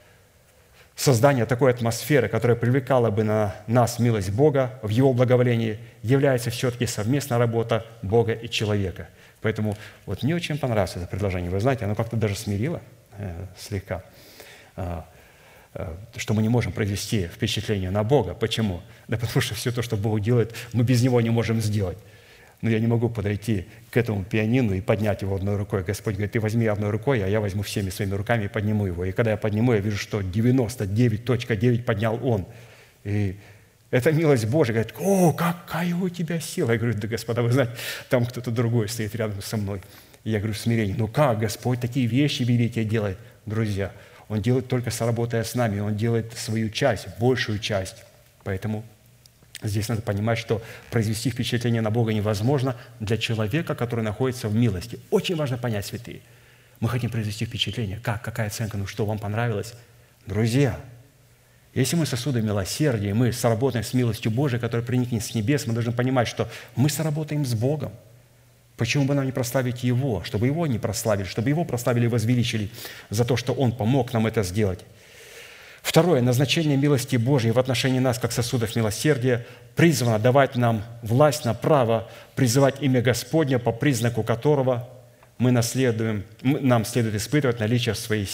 создание такой атмосферы, которая привлекала бы на нас милость Бога в Его благоволении, является все-таки совместная работа Бога и человека. Поэтому вот мне очень понравилось это предложение. Вы знаете, оно как-то даже смирило э, слегка, э, э, что мы не можем произвести впечатление на Бога. Почему? Да потому что все то, что Бог делает, мы без Него не можем сделать. Но я не могу подойти к этому пианину и поднять его одной рукой. Господь говорит, ты возьми одной рукой, а я возьму всеми своими руками и подниму его. И когда я подниму, я вижу, что девяносто девять целых девять десятых поднял Он. И это милость Божия. Говорит, о, какая у тебя сила. Я говорю, да, Господа, вы знаете, там кто-то другой стоит рядом со мной. И я говорю в смирении, ну как, Господь такие вещи великие делает? Друзья, Он делает только соработая с нами, Он делает свою часть, большую часть. Поэтому здесь надо понимать, что произвести впечатление на Бога невозможно для человека, который находится в милости. Очень важно понять, святые. Мы хотим произвести впечатление. Как? Какая оценка? Ну что, вам понравилось? Друзья, если мы сосуды милосердия, мы соработаем с милостью Божией, которая проникнет с небес, мы должны понимать, что мы соработаем с Богом. Почему бы нам не прославить Его? Чтобы Его не прославили, чтобы Его прославили и возвеличили за то, что Он помог нам это сделать. Второе. Назначение милости Божьей в отношении нас, как сосудов милосердия, призвано давать нам власть на право призывать имя Господня, по признаку которого мы наследуем, нам следует испытывать наличие в своей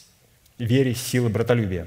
вере силы братолюбия.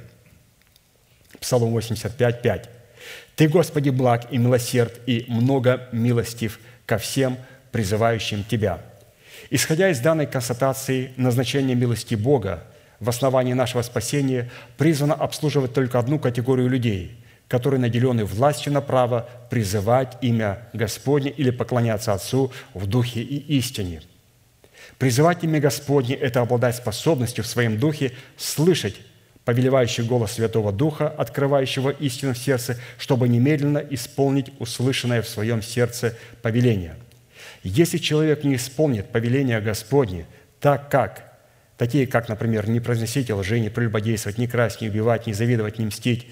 Псалом восемьдесят пять, пять. «Ты, Господи, благ и милосерд, и много милостив ко всем, призывающим Тебя». Исходя из данной констатации, назначение милости Бога в основании нашего спасения призвано обслуживать только одну категорию людей, которые наделены властью на право призывать имя Господне или поклоняться Отцу в духе и истине. Призывать имя Господне – это обладать способностью в своем духе слышать повелевающий голос Святого Духа, открывающего истину в сердце, чтобы немедленно исполнить услышанное в своем сердце повеление. Если человек не исполнит повеление Господне, так как такие, как, например, не произносите лжи, не прелюбодействовать, не красть, не убивать, не завидовать, не мстить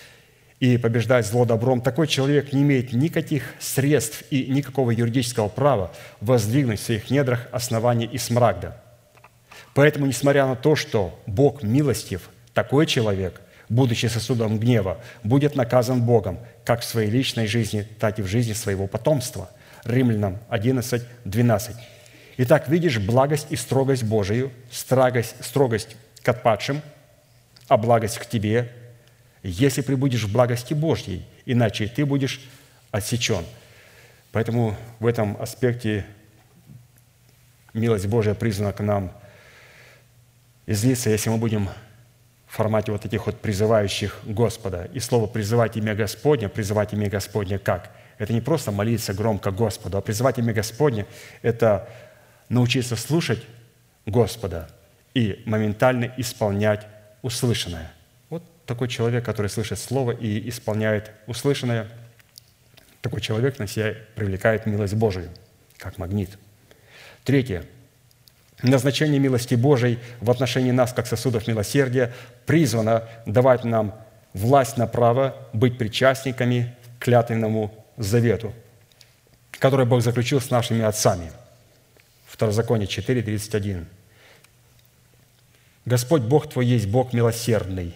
и побеждать зло добром, такой человек не имеет никаких средств и никакого юридического права воздвигнуть в своих недрах основания и смрагда. Поэтому, несмотря на то, что Бог милостив, такой человек, будучи сосудом гнева, будет наказан Богом как в своей личной жизни, так и в жизни своего потомства. Римлянам одиннадцать, двенадцать. Итак, видишь благость и строгость Божию, строгость, строгость к отпадшим, а благость к тебе, если пребудешь в благости Божьей, иначе ты будешь отсечен. Поэтому в этом аспекте милость Божия призвана к нам излиться, если мы будем в формате вот таких вот призывающих Господа. И слово «призывать имя Господня», призывать имя Господня как? Это не просто молиться громко Господу, а призывать имя Господня – это научиться слушать Господа и моментально исполнять услышанное. Вот такой человек, который слышит Слово и исполняет услышанное, такой человек на себя привлекает милость Божию, как магнит. Третье. Назначение милости Божией в отношении нас, как сосудов милосердия, призвано давать нам власть на право быть причастниками к клятвенному завету, который Бог заключил с нашими отцами. Второзаконие четыре, тридцать один. «Господь Бог твой есть Бог милосердный,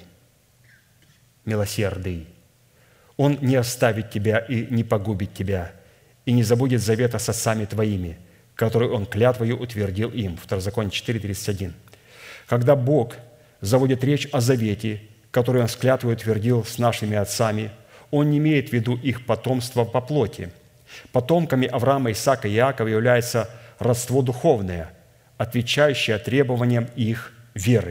милосердный. Он не оставит тебя и не погубит тебя, и не забудет завета с отцами твоими, который Он клятвою утвердил им». Второзаконие четыре, тридцать один. Когда Бог заводит речь о завете, который Он с клятвой утвердил с нашими отцами, Он не имеет в виду их потомство по плоти. Потомками Авраама, Исаака и Иакова является родство духовное, отвечающее требованиям их веры.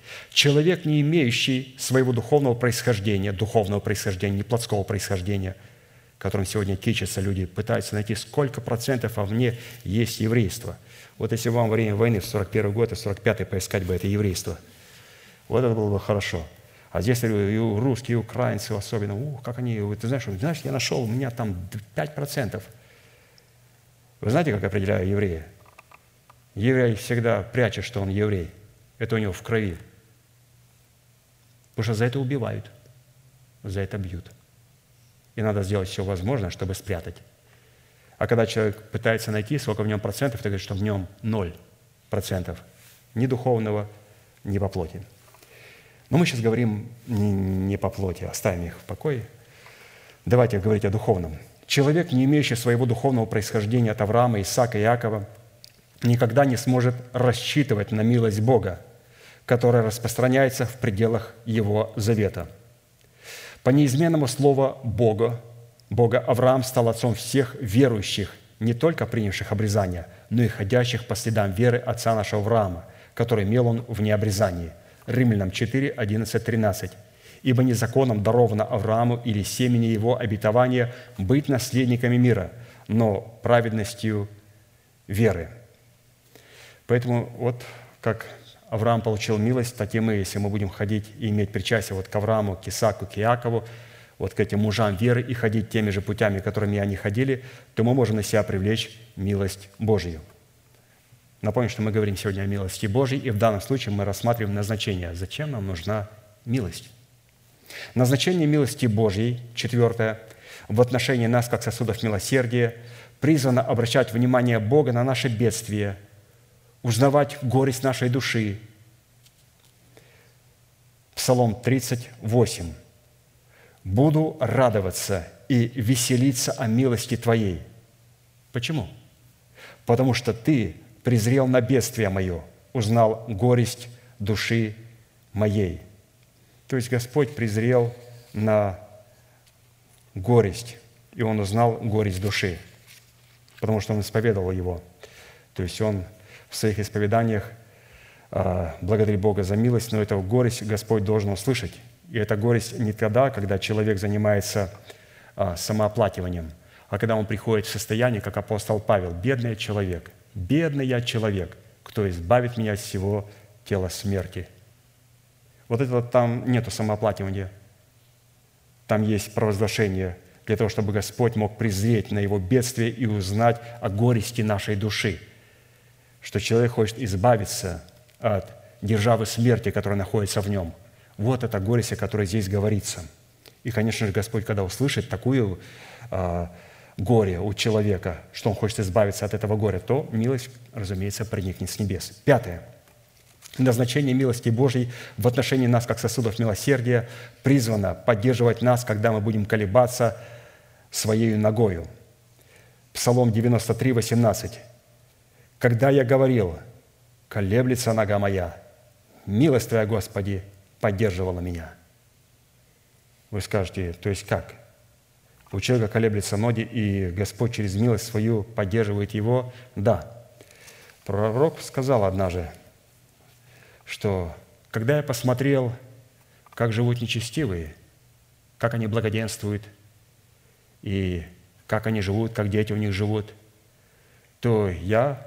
Человек, не имеющий своего духовного происхождения, духовного происхождения, не плотского происхождения, которым сегодня кичатся люди, пытаются найти, сколько процентов во мне есть еврейство. Вот если вам во время войны в сорок первый год и сорок пятый поискать бы это еврейство, вот это было бы хорошо. А здесь, и русские, и украинцы особенно, ух, как они, ты знаешь, знаешь, я нашел, у меня там пять процентов. Вы знаете, как определяю еврея? Еврей всегда прячет, что он еврей. Это у него в крови. Потому что за это убивают, за это бьют. И надо сделать все возможное, чтобы спрятать. А когда человек пытается найти, сколько в нем процентов, ты говоришь, что в нем ноль процентов. Ни духовного, ни по плоти. Но мы сейчас говорим не по плоти, оставим их в покое. Давайте говорить о духовном. Человек, не имеющий своего духовного происхождения от Авраама, Исаака и Иакова, никогда не сможет рассчитывать на милость Бога, которая распространяется в пределах Его завета. По неизменному слову Бога, Бога Авраам стал отцом всех верующих, не только принявших обрезание, но и ходящих по следам веры отца нашего Авраама, который имел он в необрезании. Римлянам четыре, одиннадцать, тринадцать. «Ибо не законом даровано Аврааму или семени его обетования быть наследниками мира, но праведностью веры». Поэтому вот как Авраам получил милость, так и мы, если мы будем ходить и иметь причастие вот к Аврааму, к Исааку, к Иакову, вот к этим мужам веры и ходить теми же путями, которыми они ходили, то мы можем на себя привлечь милость Божью. Напомню, что мы говорим сегодня о милости Божьей, и в данном случае мы рассматриваем назначение. Зачем нам нужна милость? Назначение милости Божьей, четвертое, в отношении нас, как сосудов милосердия, призвано обращать внимание Бога на наши бедствия, узнавать горесть нашей души. Псалом тридцать восемь. «Буду радоваться и веселиться о милости Твоей». Почему? Потому что Ты презрел на бедствие мое, узнал горесть души моей. То есть Господь презрел на горесть, и Он узнал горесть души, потому что Он исповедовал его. То есть Он в своих исповеданиях э, благодарит Бога за милость, но эту горесть Господь должен услышать. И эта горесть не тогда, когда человек занимается э, самооплакиванием, а когда он приходит в состояние, как апостол Павел, «Бедный человек, бедный я человек, кто избавит меня от всего тела смерти». Вот это там нету самооплакивания. Там есть провозглашение для того, чтобы Господь мог презреть на его бедствие и узнать о горести нашей души, что человек хочет избавиться от державы смерти, которая находится в нем. Вот эта горесть, о которой здесь говорится. И, конечно же, Господь, когда услышит такую э, горе у человека, что он хочет избавиться от этого горя, то милость, разумеется, проникнет с небес. Пятое. Назначение милости Божьей в отношении нас, как сосудов милосердия, призвано поддерживать нас, когда мы будем колебаться своей ногою. Псалом девяносто три, восемнадцать. «Когда я говорил, колеблется нога моя, милость Твоя, Господи, поддерживала меня». Вы скажете, то есть как? У человека колеблются ноги, и Господь через милость свою поддерживает его? Да. Пророк сказал однажды, что когда я посмотрел, как живут нечестивые, как они благоденствуют, и как они живут, как дети у них живут, то я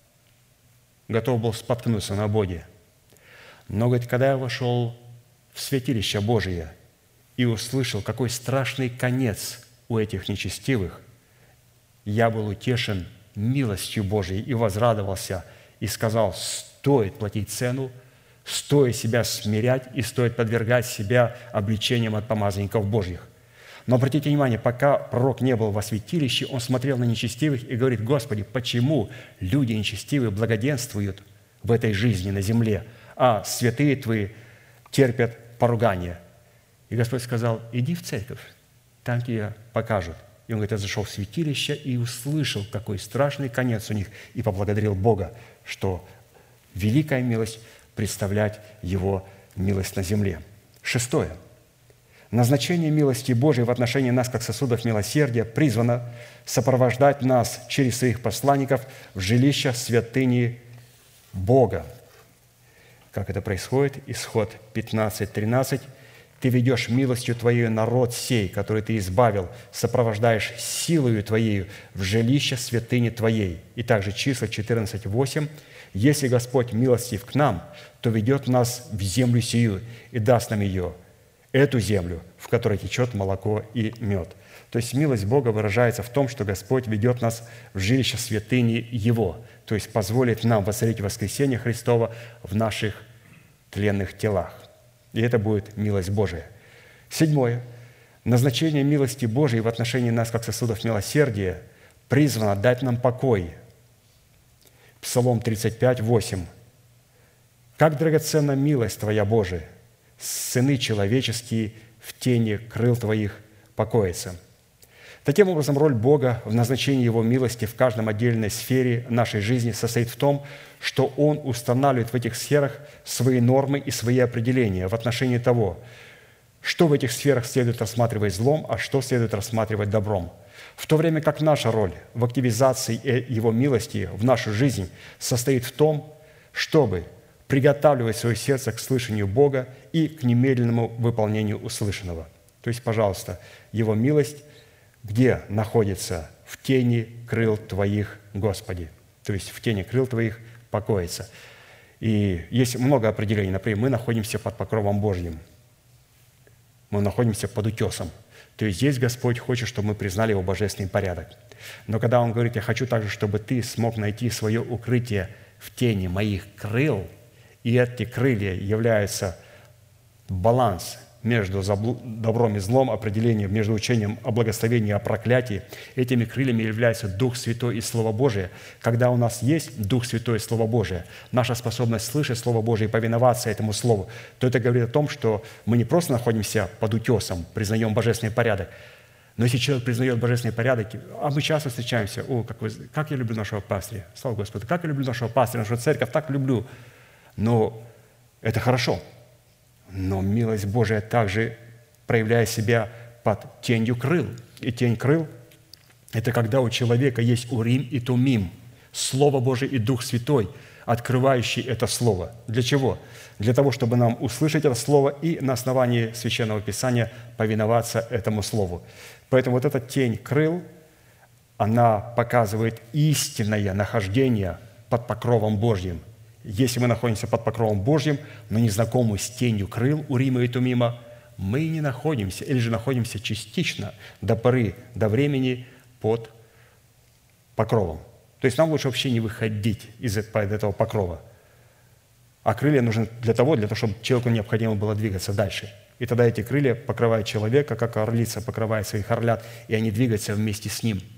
готов был споткнуться на Боге. Но, говорит, когда я вошел в святилище Божие и услышал, какой страшный конец у этих нечестивых, я был утешен милостью Божией и возрадовался, и сказал, стоит платить цену, стоит себя смирять и стоит подвергать себя обличениям от помазанников Божьих. Но обратите внимание, пока пророк не был во святилище, он смотрел на нечестивых и говорит, Господи, почему люди нечестивые благоденствуют в этой жизни на земле, а святые Твои терпят поругание? И Господь сказал, иди в церковь, там тебе покажут. И он, говорит, я зашел в святилище и услышал, какой страшный конец у них, и поблагодарил Бога, что великая милость представлять Его милость на земле. Шестое. Назначение милости Божией в отношении нас, как сосудов милосердия, призвано сопровождать нас через своих посланников в жилище святыни Бога. Как это происходит? Исход пятнадцать тринадцать. «Ты ведешь милостью Твоею народ сей, который Ты избавил, сопровождаешь силою Твоею в жилище святыни Твоей». И также числа четырнадцать восемь. «Если Господь милостив к нам, то ведет нас в землю сию и даст нам ее, эту землю, в которой течет молоко и мед». То есть милость Бога выражается в том, что Господь ведет нас в жилище святыни Его, то есть позволит нам воцарить воскресение Христова в наших тленных телах. И это будет милость Божия. Седьмое. Назначение милости Божией в отношении нас, как сосудов милосердия, призвано дать нам покой. Псалом тридцать пять восемь. «Как драгоценна милость Твоя, Божия! Сыны человеческие в тени крыл Твоих покоятся». Таким образом, роль Бога в назначении Его милости в каждом отдельной сфере нашей жизни состоит в том, что Он устанавливает в этих сферах свои нормы и свои определения в отношении того, что в этих сферах следует рассматривать злом, а что следует рассматривать добром. В то время как наша роль в активизации Его милости в нашу жизнь состоит в том, чтобы приготавливать свое сердце к слышанию Бога и к немедленному выполнению услышанного. То есть, пожалуйста, Его милость где находится? В тени крыл Твоих, Господи. То есть в тени крыл Твоих покоится. И есть много определений. Например, мы находимся под покровом Божьим. Мы находимся под утесом. То есть здесь Господь хочет, чтобы мы признали Его божественный порядок. Но когда Он говорит: «Я хочу также, чтобы ты смог найти свое укрытие в тени моих крыл», и эти крылья являются баланс между добром и злом, определение между учением о благословении и о проклятии. Этими крыльями является Дух Святой и Слово Божие. Когда у нас есть Дух Святой и Слово Божие, наша способность слышать Слово Божие и повиноваться этому Слову, то это говорит о том, что мы не просто находимся под утесом, признаем божественный порядок, но если человек признает божественный порядок, а мы часто встречаемся: «О, как, вы, как я люблю нашего пастыря, слава Господу, как я люблю нашего пастыря, нашу церковь, так люблю». Но это хорошо. Но милость Божия также проявляет себя под тенью крыл. И тень крыл – это когда у человека есть Урим и Тумим, Слово Божие и Дух Святой, открывающий это Слово. Для чего? Для того, чтобы нам услышать это Слово и на основании Священного Писания повиноваться этому Слову. Поэтому вот эта тень крыл, она показывает истинное нахождение под покровом Божьим. Если мы находимся под покровом Божьим, но не знакомы с тенью крыл Урима и Тумима, мы не находимся, или же находимся частично до поры, до времени под покровом. То есть нам лучше вообще не выходить из этого покрова. А крылья нужны для того, для того, чтобы человеку необходимо было двигаться дальше. И тогда эти крылья покрывают человека, как орлица покрывает своих орлят, и они двигаются вместе с ним.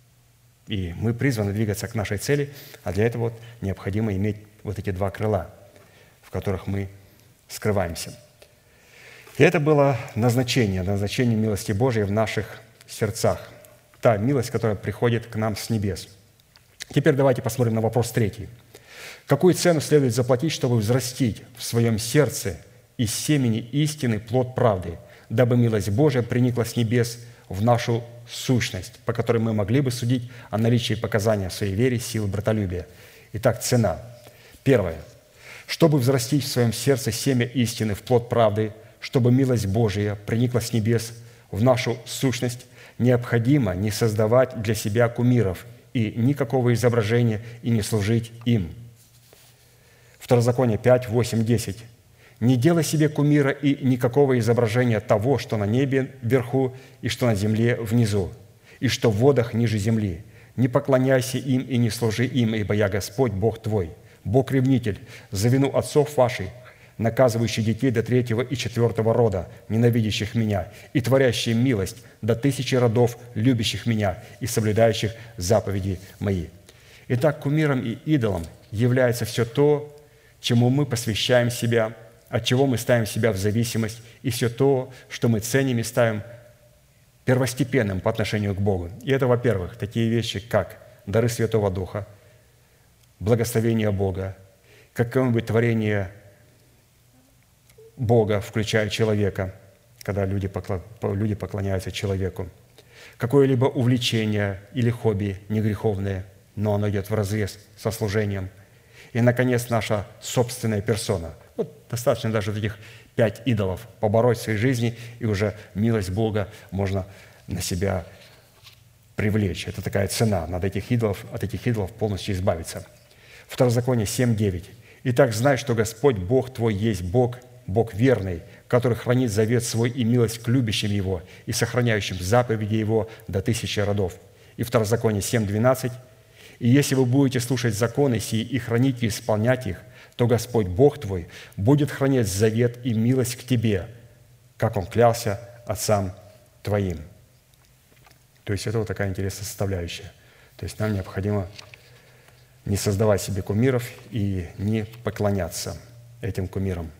И мы призваны двигаться к нашей цели, а для этого вот необходимо иметь вот эти два крыла, в которых мы скрываемся. И это было назначение, назначение милости Божией в наших сердцах. Та милость, которая приходит к нам с небес. Теперь давайте посмотрим на вопрос третий. Какую цену следует заплатить, чтобы взрастить в своем сердце из семени истины плод правды, дабы милость Божия приникла с небес в нашу сущность, по которой мы могли бы судить о наличии показания в своей вере, силы, братолюбия? Итак, цена. Первое. Чтобы взрастить в своем сердце семя истины в плод правды, чтобы милость Божия проникла с небес в нашу сущность, необходимо не создавать для себя кумиров и никакого изображения и не служить им. Второзаконие пять, восемь, десять. «Не делай себе кумира и никакого изображения того, что на небе вверху и что на земле внизу, и что в водах ниже земли. Не поклоняйся им и не служи им, ибо я Господь, Бог твой, Бог-ревнитель, за вину отцов ваших, наказывающий детей до третьего и четвертого рода, ненавидящих Меня, и творящий милость до тысячи родов, любящих Меня и соблюдающих заповеди Мои». Итак, кумиром и идолом является все то, чему мы посвящаем себя, от чего мы ставим себя в зависимость, и все то, что мы ценим и ставим первостепенным по отношению к Богу. И это, во-первых, такие вещи, как дары Святого Духа, благословение Бога, какое-нибудь творение Бога, включая человека, когда люди поклоняются человеку, какое-либо увлечение или хобби негреховное, но оно идет вразрез со служением, И, наконец, наша собственная персона. Вот достаточно даже вот этих пять идолов побороть в своей жизни, и уже милость Бога можно на себя привлечь. Это такая цена. Надо этих идолов, от этих идолов полностью избавиться. Второзаконие семь девять. «Итак, знай, что Господь Бог твой есть Бог, Бог верный, который хранит завет свой и милость к любящим Его и сохраняющим заповеди Его до тысячи родов». И Второзаконие семь двенадцать. «И если вы будете слушать законы сии и хранить и исполнять их, то Господь Бог твой будет хранить завет и милость к тебе, как Он клялся отцам твоим». То есть это вот такая интересная составляющая. То есть нам необходимо не создавать себе кумиров и не поклоняться этим кумирам.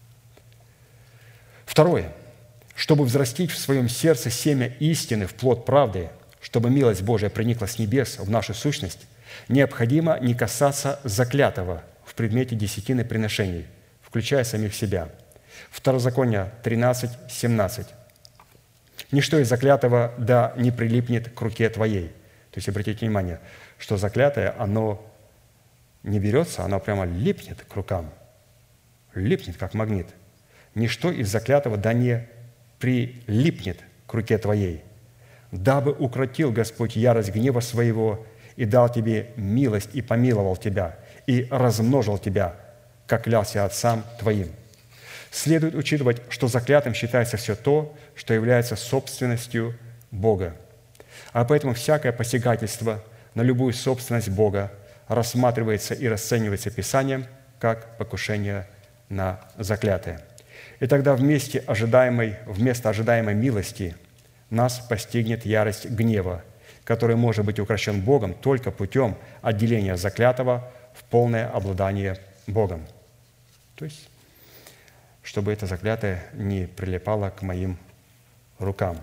Второе. Чтобы взрастить в своем сердце семя истины в плод правды, чтобы милость Божия проникла с небес в нашу сущность, необходимо не касаться заклятого в предмете десятины приношений, включая самих себя. Второзаконие тринадцать семнадцать. «Ничто из заклятого да не прилипнет к руке твоей». То есть обратите внимание, что заклятое, оно не берется, оно прямо липнет к рукам, липнет, как магнит. «Ничто из заклятого да не прилипнет к руке твоей, дабы укротил Господь ярость гнева своего и дал тебе милость и помиловал тебя, и размножил тебя, как клялся отцам твоим». Следует учитывать, что заклятым считается все то, что является собственностью Бога. А поэтому всякое посягательство на любую собственность Бога рассматривается и расценивается Писанием как покушение на заклятое. И тогда вместе ожидаемой, вместо ожидаемой милости нас постигнет ярость гнева, который может быть укрощен Богом только путем отделения заклятого в полное обладание Богом. То есть, чтобы это заклятое не прилипало к моим рукам.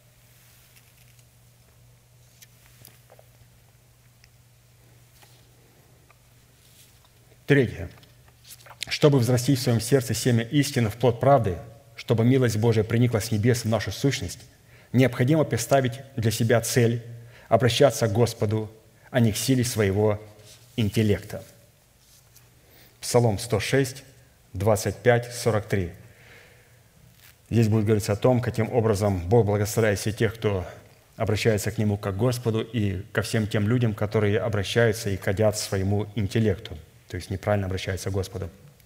Третье. Чтобы взрастить в своем сердце семя истины в плод правды, чтобы милость Божия проникла с небес в нашу сущность, необходимо поставить для себя цель обращаться к Господу, а не к силе своего интеллекта. Псалом сто шесть, двадцать пять, сорок три. Здесь будет говориться о том, каким образом Бог благословляет всех тех, кто обращается к Нему как к Господу, и ко всем тем людям, которые обращаются и кадят своему интеллекту, то есть неправильно обращаются к Господу.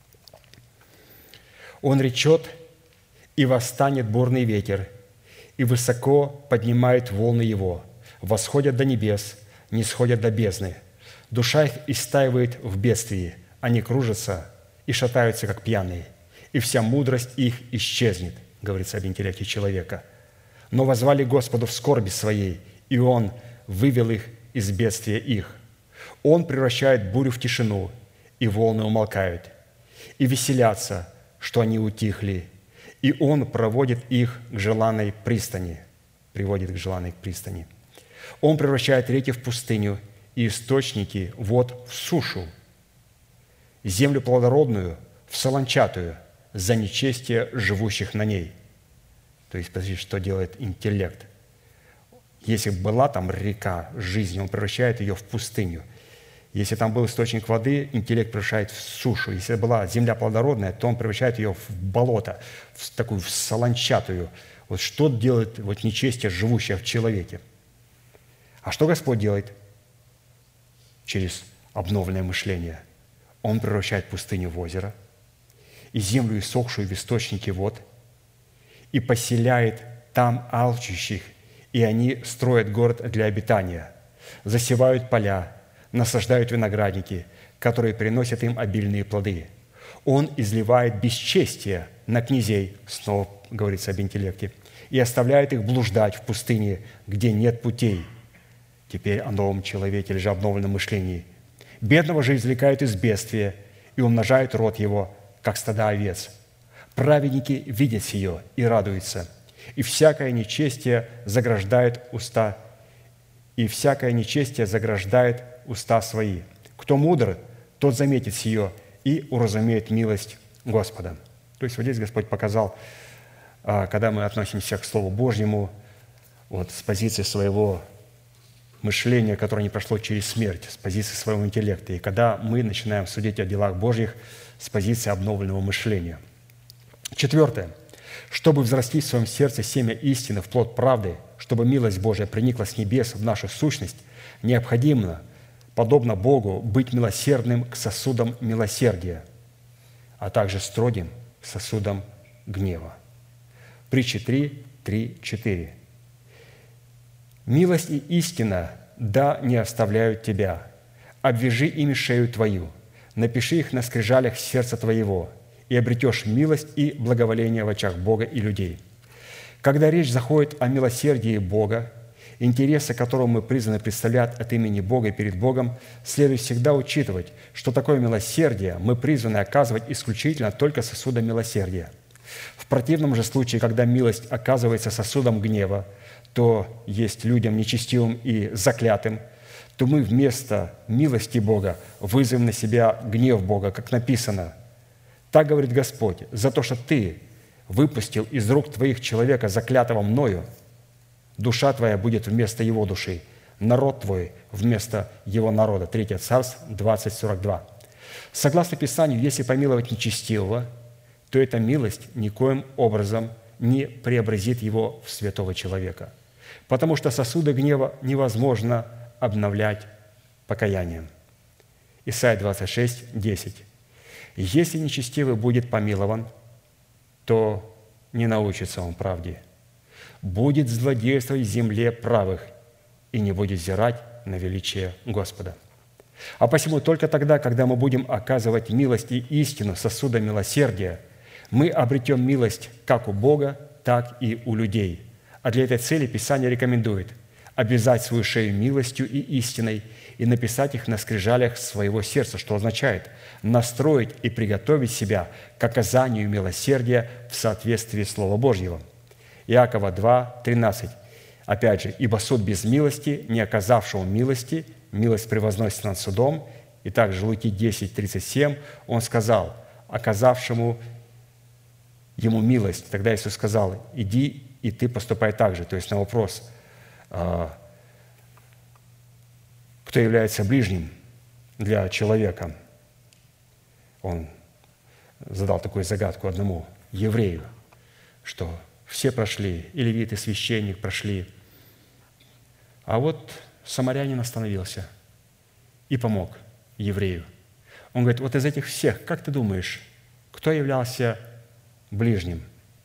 «Он речет, и восстанет бурный ветер, и высоко поднимает волны его, восходят до небес, не сходят до бездны. Душа их истаивает в бедствии, они кружатся и шатаются, как пьяные, и вся мудрость их исчезнет», говорится об интеллекте человека. «Но воззвали Господу в скорби своей, и Он вывел их из бедствия их. Он превращает бурю в тишину, и волны умолкают, и веселятся, что они утихли, и Он проводит их к желанной пристани». Приводит к желанной пристани. «Он превращает реки в пустыню, и источники вод в сушу, землю плодородную в солончатую за нечестие живущих на ней». То есть, посмотрите, что делает интеллект. Если была там река жизни, он превращает ее в пустыню. Если там был источник воды, интеллект превращает в сушу. Если была земля плодородная, то он превращает ее в болото, в такую в солончатую. Вот что делает вот нечестие, живущее в человеке? А что Господь делает? Через обновленное мышление. Он превращает пустыню в озеро, и землю иссохшую в источники вод, и поселяет там алчущих, и они строят город для обитания, засевают поля, насаждают виноградники, которые приносят им обильные плоды. Он изливает бесчестие на князей, снова говорится об интеллекте, и оставляет их блуждать в пустыне, где нет путей. Теперь о новом человеке или же обновленном мышлении. Бедного же извлекают из бедствия и умножают род его, как стада овец. Праведники видят сие и радуются, и всякое нечестие заграждает уста, и всякое нечестие заграждает уста свои. Кто мудр, тот заметит сие и уразумеет милость Господа». То есть вот здесь Господь показал, когда мы относимся к Слову Божьему вот с позиции своего мышление, которое не прошло через смерть, с позиции своего интеллекта. И когда мы начинаем судить о делах Божьих с позиции обновленного мышления. Четвертое. Чтобы взрастить в своем сердце семя истины в плод правды, чтобы милость Божия проникла с небес в нашу сущность, необходимо, подобно Богу, быть милосердным к сосудам милосердия, а также строгим к сосудам гнева. Притчи три, три, четыре. «Милость и истина, да, не оставляют тебя. Обвяжи ими шею твою, напиши их на скрижалях сердца твоего, и обретешь милость и благоволение в очах Бога и людей». Когда речь заходит о милосердии Бога, интересы, которого мы призваны представлять от имени Бога и перед Богом, следует всегда учитывать, что такое милосердие мы призваны оказывать исключительно только сосудом милосердия. В противном же случае, когда милость оказывается сосудом гнева, то есть людям нечестивым и заклятым, то мы вместо милости Бога вызовем на себя гнев Бога, как написано: «Так говорит Господь, за то, что ты выпустил из рук твоих человека, заклятого мною, душа твоя будет вместо его души, народ твой вместо его народа». третье Царств двадцать сорок два. Согласно Писанию, если помиловать нечестивого, то эта милость никоим образом не преобразит его в святого человека, потому что сосуды гнева невозможно обновлять покаянием. Исайя двадцать шесть, десять. «Если нечестивый будет помилован, то не научится он правде. Будет злодействовать в земле правых и не будет взирать на величие Господа». А посему только тогда, когда мы будем оказывать милость и истину сосуда милосердия, мы обретем милость как у Бога, так и у людей. А для этой цели Писание рекомендует обвязать свою шею милостью и истиной и написать их на скрижалях своего сердца, что означает настроить и приготовить себя к оказанию милосердия в соответствии с Словом Божьего. Иакова два, тринадцать. Опять же, «Ибо суд без милости, не оказавшего милости, милость превозносится над судом». И также Луки десять, тридцать семь, он сказал оказавшему ему милость. Тогда Иисус сказал: «Иди, и ты поступай так же». То есть на вопрос, кто является ближним для человека, он задал такую загадку одному еврею, что все прошли, и левит, и священник прошли, а вот самарянин остановился и помог еврею. Он говорит: вот из этих всех, как ты думаешь, кто являлся ближним?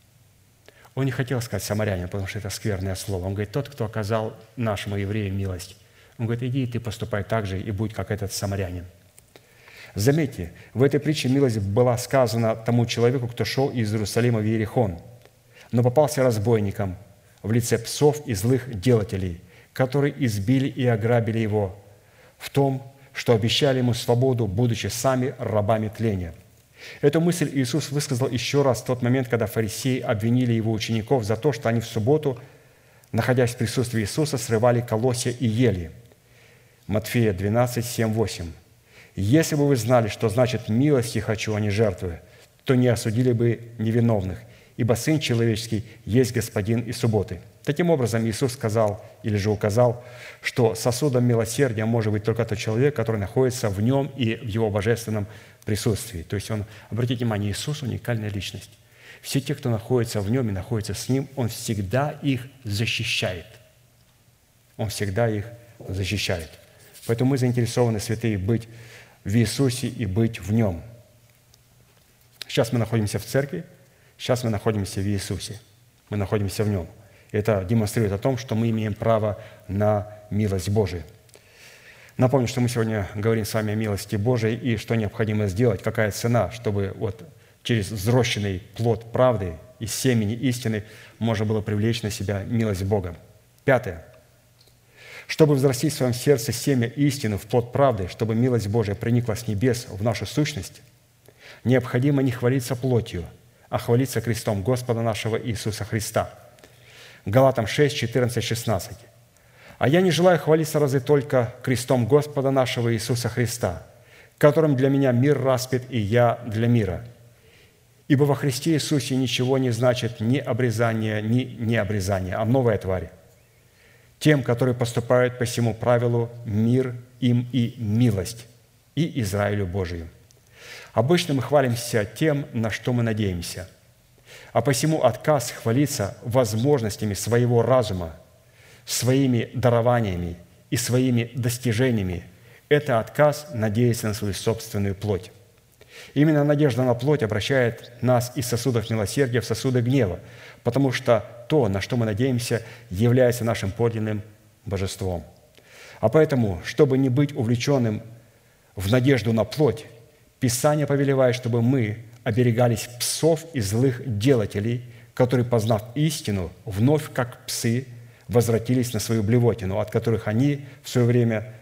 Он не хотел сказать самарянин, потому что это скверное слово. Он говорит: тот, кто оказал нашему еврею милость. Он говорит: иди, и ты поступай так же, и будь как этот самарянин. Заметьте, в этой притче милость была сказана тому человеку, кто шел из Иерусалима в Иерихон, но попался разбойникам в лице псов и злых делателей, которые избили и ограбили его в том, что обещали ему свободу, будучи сами рабами тления. Эту мысль Иисус высказал еще раз в тот момент, когда фарисеи обвинили его учеников за то, что они в субботу, находясь в присутствии Иисуса, срывали колосья и ели. Матфея двенадцать, семь, восемь. «Если бы вы знали, что значит «милости хочу, а не жертвы», то не осудили бы невиновных, ибо Сын Человеческий есть Господин и субботы». Таким образом, Иисус сказал или же указал, что сосудом милосердия может быть только тот человек, который находится в нем и в его божественном присутствии. То есть он, обратите внимание, Иисус – уникальная личность. Все те, кто находится в нем и находится с ним, он всегда их защищает. Он всегда их защищает. Поэтому мы заинтересованы, святые, быть в Иисусе и быть в нем. Сейчас мы находимся в церкви, сейчас мы находимся в Иисусе, мы находимся в нем. Это демонстрирует о том, что мы имеем право на милость Божию. Напомню, что мы сегодня говорим с вами о милости Божией и что необходимо сделать, какая цена, чтобы вот через взрощенный плод правды из семени истины можно было привлечь на себя милость Бога. Пятое. Чтобы взрастить в своем сердце семя истины в плод правды, чтобы милость Божия проникла с небес в нашу сущность, необходимо не хвалиться плотью, а хвалиться крестом Господа нашего Иисуса Христа. Галатам шесть, четырнадцать, шестнадцать. «А я не желаю хвалиться разве только крестом Господа нашего Иисуса Христа, которым для меня мир распят, и я для мира. Ибо во Христе Иисусе ничего не значит ни обрезание, ни необрезание, а новая тварь. тем, которые поступают по всему правилу мир им и милость, и Израилю Божию. Обычно мы хвалимся тем, на что мы надеемся, а посему отказ хвалиться возможностями своего разума, своими дарованиями и своими достижениями – это отказ надеяться на свою собственную плоть. Именно надежда на плоть обращает нас из сосудов милосердия в сосуды гнева, потому что то, на что мы надеемся, является нашим подлинным божеством. А поэтому, чтобы не быть увлеченным в надежду на плоть, Писание повелевает, чтобы мы оберегались псов и злых делателей, которые, познав истину, вновь, как псы, возвратились на свою блевотину, от которых они в свое время,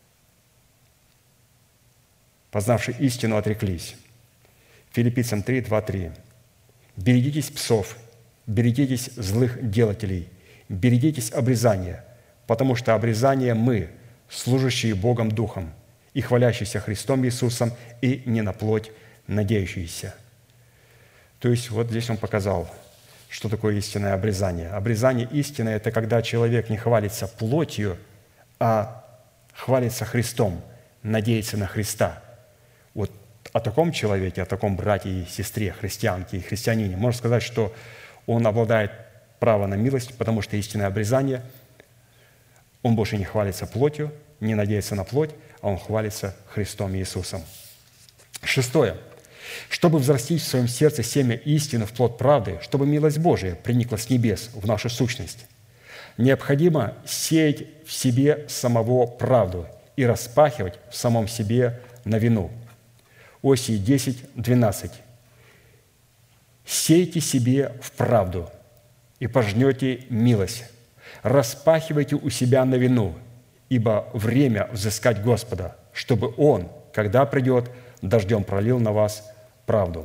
познавши истину, отреклись. Филиппийцам три, два, три. «Берегитесь псов, берегитесь злых делателей, берегитесь обрезания, потому что обрезание мы, служащие Богом Духом и хвалящиеся Христом Иисусом, и не на плоть надеющиеся». То есть вот здесь он показал, что такое истинное обрезание. Обрезание истины – это когда человек не хвалится плотью, а хвалится Христом, надеется на Христа. Вот о таком человеке, о таком брате и сестре, христианке и христианине можно сказать, что он обладает правом на милость, потому что истинное обрезание, он больше не хвалится плотью, не надеется на плоть, а он хвалится Христом Иисусом. Шестое. Чтобы взрастить в своем сердце семя истины в плод правды, чтобы милость Божия приникла с небес в нашу сущность, необходимо сеять в себе самого правду и распахивать в самом себе новину. Осии десять, двенадцать. «Сейте себе в правду, и пожнете милость. Распахивайте у себя новину, ибо время взыскать Господа, чтобы Он, когда придет, дождем пролил на вас правду».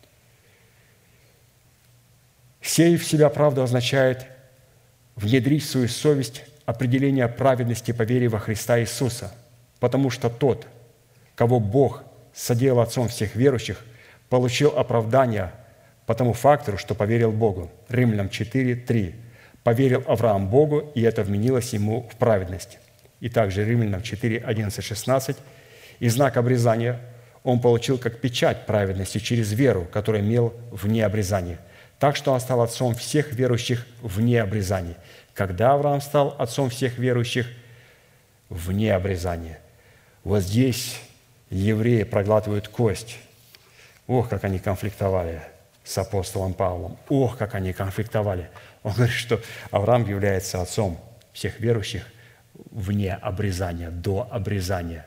Сеять в себя правду означает внедрить в свою совесть определение праведности по вере во Христа Иисуса, потому что тот, кого Бог соделал отцом всех верующих, получил оправдание по тому фактору, что поверил Богу. Римлянам четыре, три. «Поверил Авраам Богу, и это вменилось ему в праведность». И также Римлянам четыре, одиннадцать, шестнадцать. «И знак обрезания он получил как печать праведности через веру, которую имел вне обрезания. Так что он стал отцом всех верующих вне обрезания». Когда Авраам стал отцом всех верующих? Вне обрезания. Вот здесь евреи проглатывают кость. Ох, как они конфликтовали с апостолом Павлом. Ох, как они конфликтовали. Он говорит, что Авраам является отцом всех верующих вне обрезания, до обрезания,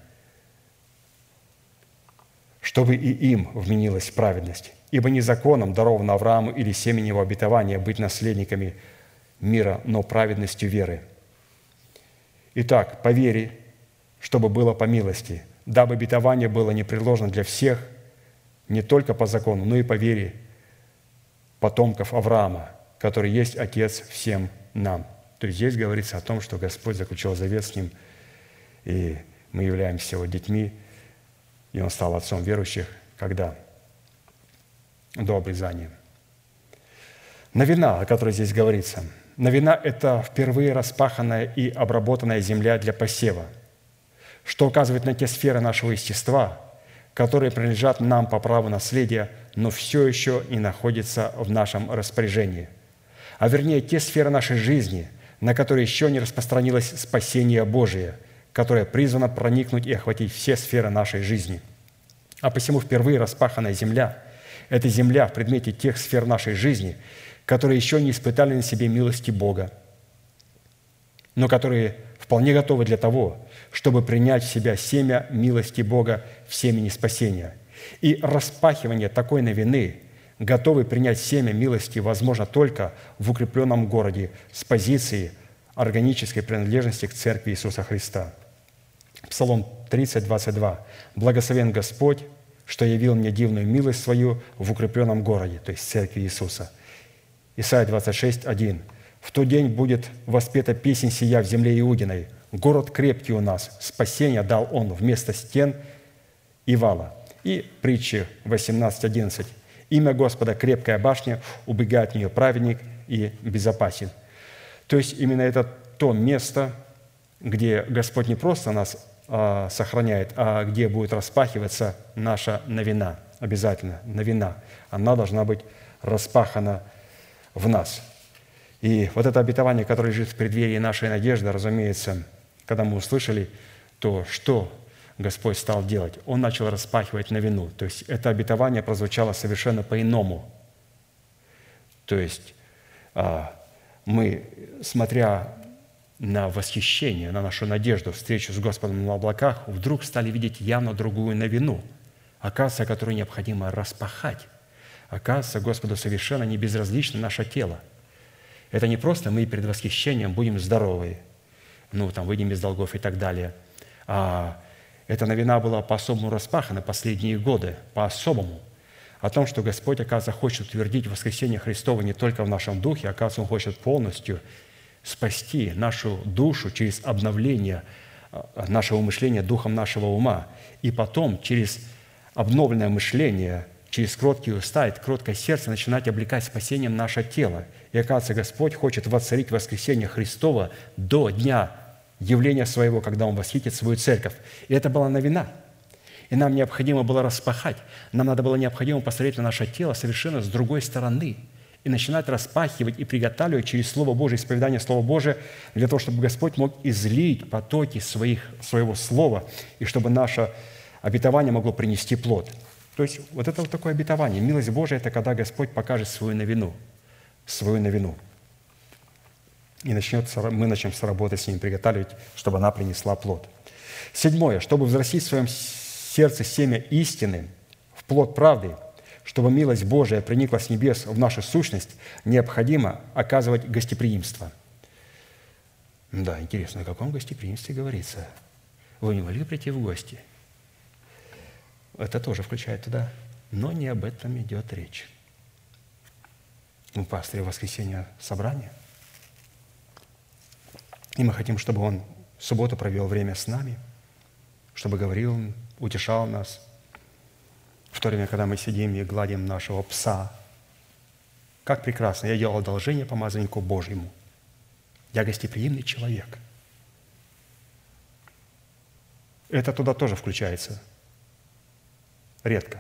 чтобы и им вменилась праведность. Ибо не законом даровано Аврааму или семени его обетования быть наследниками мира, но праведностью веры. Итак, по вере, чтобы было по милости, дабы обетование было непреложно для всех, не только по закону, но и по вере потомков Авраама, который есть Отец всем нам. То есть здесь говорится о том, что Господь заключил завет с ним, и мы являемся его детьми, и он стал отцом верующих. Когда? До обрезания. Новина, о которой здесь говорится. Новина – это впервые распаханная и обработанная земля для посева, что указывает на те сферы нашего естества, которые принадлежат нам по праву наследия, но все еще не находятся в нашем распоряжении. А вернее, те сферы нашей жизни, на которые еще не распространилось спасение Божие, которое призвано проникнуть и охватить все сферы нашей жизни. А посему впервые распаханная земля – это земля в предмете тех сфер нашей жизни, которые еще не испытали на себе милости Бога, но которые вполне готовы для того, чтобы принять в себя семя милости Бога в семени спасения. И распахивание такой новины, готовый принять семя милости, возможно только в укрепленном городе с позиции органической принадлежности к Церкви Иисуса Христа. Псалом тридцать, двадцать два. «Благословен Господь, что явил мне дивную милость свою в укрепленном городе», то есть Церкви Иисуса. Исайя двадцать шесть, один. «В тот день будет воспета песнь сия в земле Иудиной. Город крепкий у нас, спасение дал он вместо стен и вала». И притчи восемнадцать, одиннадцать. «Имя Господа – крепкая башня, убегает в нее праведник и безопасен». То есть именно этот то место, где Господь не просто нас а, сохраняет, а где будет распахиваться наша новина. Обязательно новина. Она должна быть распахана в нас. И вот это обетование, которое лежит в преддверии нашей надежды, разумеется, когда мы услышали, то что Господь стал делать? Он начал распахивать новину. То есть это обетование прозвучало совершенно по-иному. То есть мы, смотря на восхищение, на нашу надежду, встречу с Господом на облаках, вдруг стали видеть явно другую новину, оказывается, которую необходимо распахать. Оказывается, Господу совершенно не безразлично наше тело. Это не просто мы перед восхищением будем здоровы, ну, там, выйдем из долгов и так далее. А эта новина была по-особому распахана последние годы, по-особому. О том, что Господь, оказывается, хочет утвердить воскресение Христово не только в нашем духе, оказывается, Он хочет полностью спасти нашу душу через обновление нашего мышления духом нашего ума. И потом через обновленное мышление, через кроткие уста и кроткое сердце начинать облекать спасением наше тело. И оказывается, Господь хочет воцарить воскресение Христова до дня явления Своего, когда Он восхитит свою церковь. И это была новина. И нам необходимо было распахать. Нам надо было необходимо посмотреть на наше тело совершенно с другой стороны и начинать распахивать и приготавливать через Слово Божие, исповедание Слова Божия, для того, чтобы Господь мог излить потоки своих, своего Слова, и чтобы наше обетование могло принести плод. То есть вот это вот такое обетование. Милость Божия – это когда Господь покажет свою новину, свою новину. И начнет, мы начнем работать с ним, приготавливать, чтобы она принесла плод. Седьмое. Чтобы взрастить в своем сердце семя истины, в плод правды, чтобы милость Божия проникла с небес в нашу сущность, необходимо оказывать гостеприимство. Да, интересно, о каком гостеприимстве говорится? Вы не могли прийти в гости? Это тоже включает туда. Но не об этом идет речь. У пастыря в воскресенье собрание. И мы хотим, чтобы он в субботу провел время с нами, чтобы говорил, утешал нас. В то время, когда мы сидим и гладим нашего пса. Как прекрасно! Я делал одолжение помазаннику Божьему. Я гостеприимный человек. Это туда тоже включается. Редко.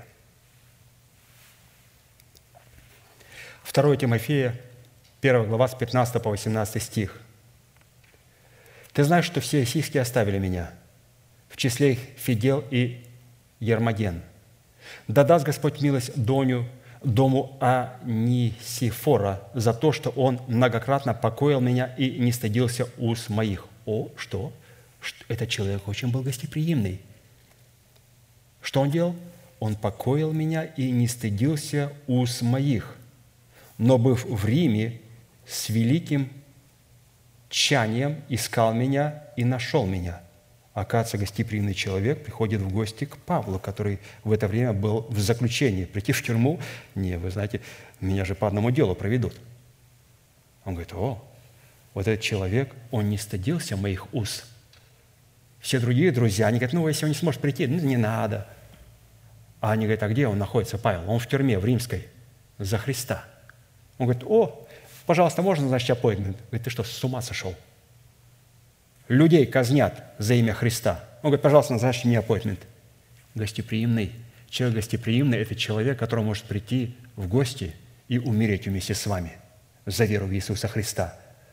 второе Тимофея, первая глава, с пятнадцатого по восемнадцатый стих. «Ты знаешь, что все сиськи оставили меня, в числе их Фидел и Ермоген. Да даст Господь милость Доню, дому Анисифора, за то, что он многократно покоил меня и не стыдился уст моих». О, что? Этот человек очень был гостеприимный. Что он делал? Он покоил меня и не стыдился уст моих. Но, быв в Риме, с великим тщанием искал меня и нашел меня. Оказывается, гостеприимный человек приходит в гости к Павлу, который в это время был в заключении. Прийти в тюрьму? Не, вы знаете, меня же по одному делу проведут. Он говорит: о, вот этот человек, он не стыдился моих уст. Все другие друзья, они говорят: ну, если он не сможет прийти, ну, не надо. А они говорят: а где он находится, Павел? Он в тюрьме, в Римской, за Христа. Он говорит: о, пожалуйста, можно назначить аппоинтмент? Говорит: ты что, с ума сошел? Людей казнят за имя Христа. Он говорит: пожалуйста, назначьте мне аппоинтмент. Гостеприимный. Человек гостеприимный – это человек, который может прийти в гости и умереть вместе с вами за веру в Иисуса Христа.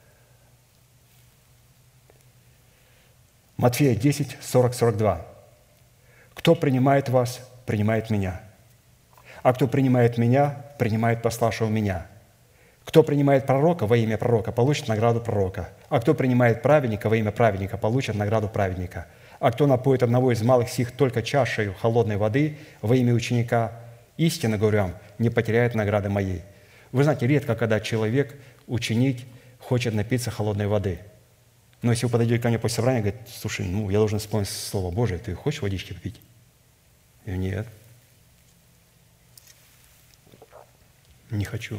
Матфея десять, сорок, сорок два. «Кто принимает вас, принимает меня. А кто принимает меня, принимает пославшего меня. Кто принимает пророка во имя пророка, получит награду пророка. А кто принимает праведника во имя праведника, получит награду праведника. А кто напоит одного из малых сих только чашею холодной воды во имя ученика, истинно говорю вам, не потеряет награды моей». Вы знаете, редко, когда человек, ученик, хочет напиться холодной воды. Но если вы подойдете ко мне после собрания и говорите: слушай, ну, я должен исполнить Слово Божие, ты хочешь водички попить? И нет. Не хочу.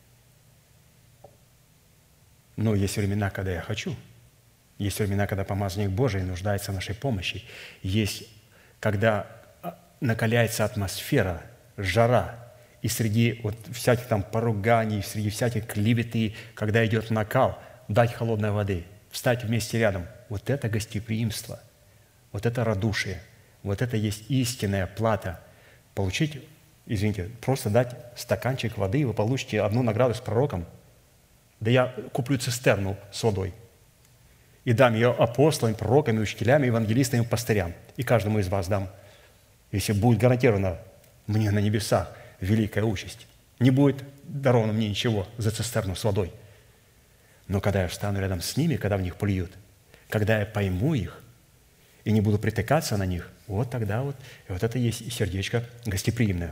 Но есть времена, когда я хочу. Есть времена, когда помазанник Божий нуждается в нашей помощи. Есть, когда накаляется атмосфера, жара, и среди вот всяких там поруганий, среди всяких клеветы, когда идет накал, дать холодной воды. встать вместе рядом. Вот это гостеприимство, вот это радушие, вот это есть истинная плата. Получить, извините, просто дать стаканчик воды, и вы получите одну награду с пророком. Да я куплю цистерну с водой и дам ее апостолам, пророкам, учителям, евангелистам и пастырям. И каждому из вас дам. Если будет гарантировано мне на небесах великая участь, не будет даровано мне ничего за цистерну с водой. Но когда я встану рядом с ними, когда в них плюют, когда я пойму их и не буду притыкаться на них, вот тогда вот, и вот это есть сердечко гостеприимное.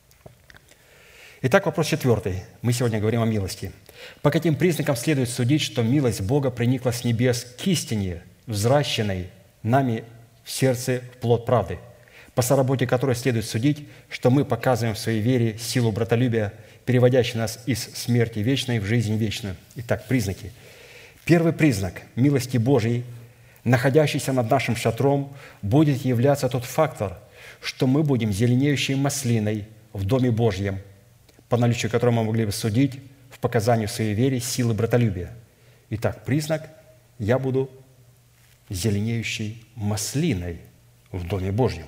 Итак, вопрос четвертый. Мы сегодня говорим о милости. По каким признакам следует судить, что милость Бога проникла с небес к истине, взращенной нами в сердце в плод правды, по соработе которой следует судить, что мы показываем в своей вере силу братолюбия, переводящей нас из смерти вечной в жизнь вечную. Итак, признаки. Первый признак милости Божьей, находящийся над нашим шатром, будет являться тот фактор, что мы будем зеленеющей маслиной в Доме Божьем, по наличию которого мы могли бы судить в показании в своей вере силы братолюбия. Итак, признак – я буду зеленеющей маслиной в Доме Божьем.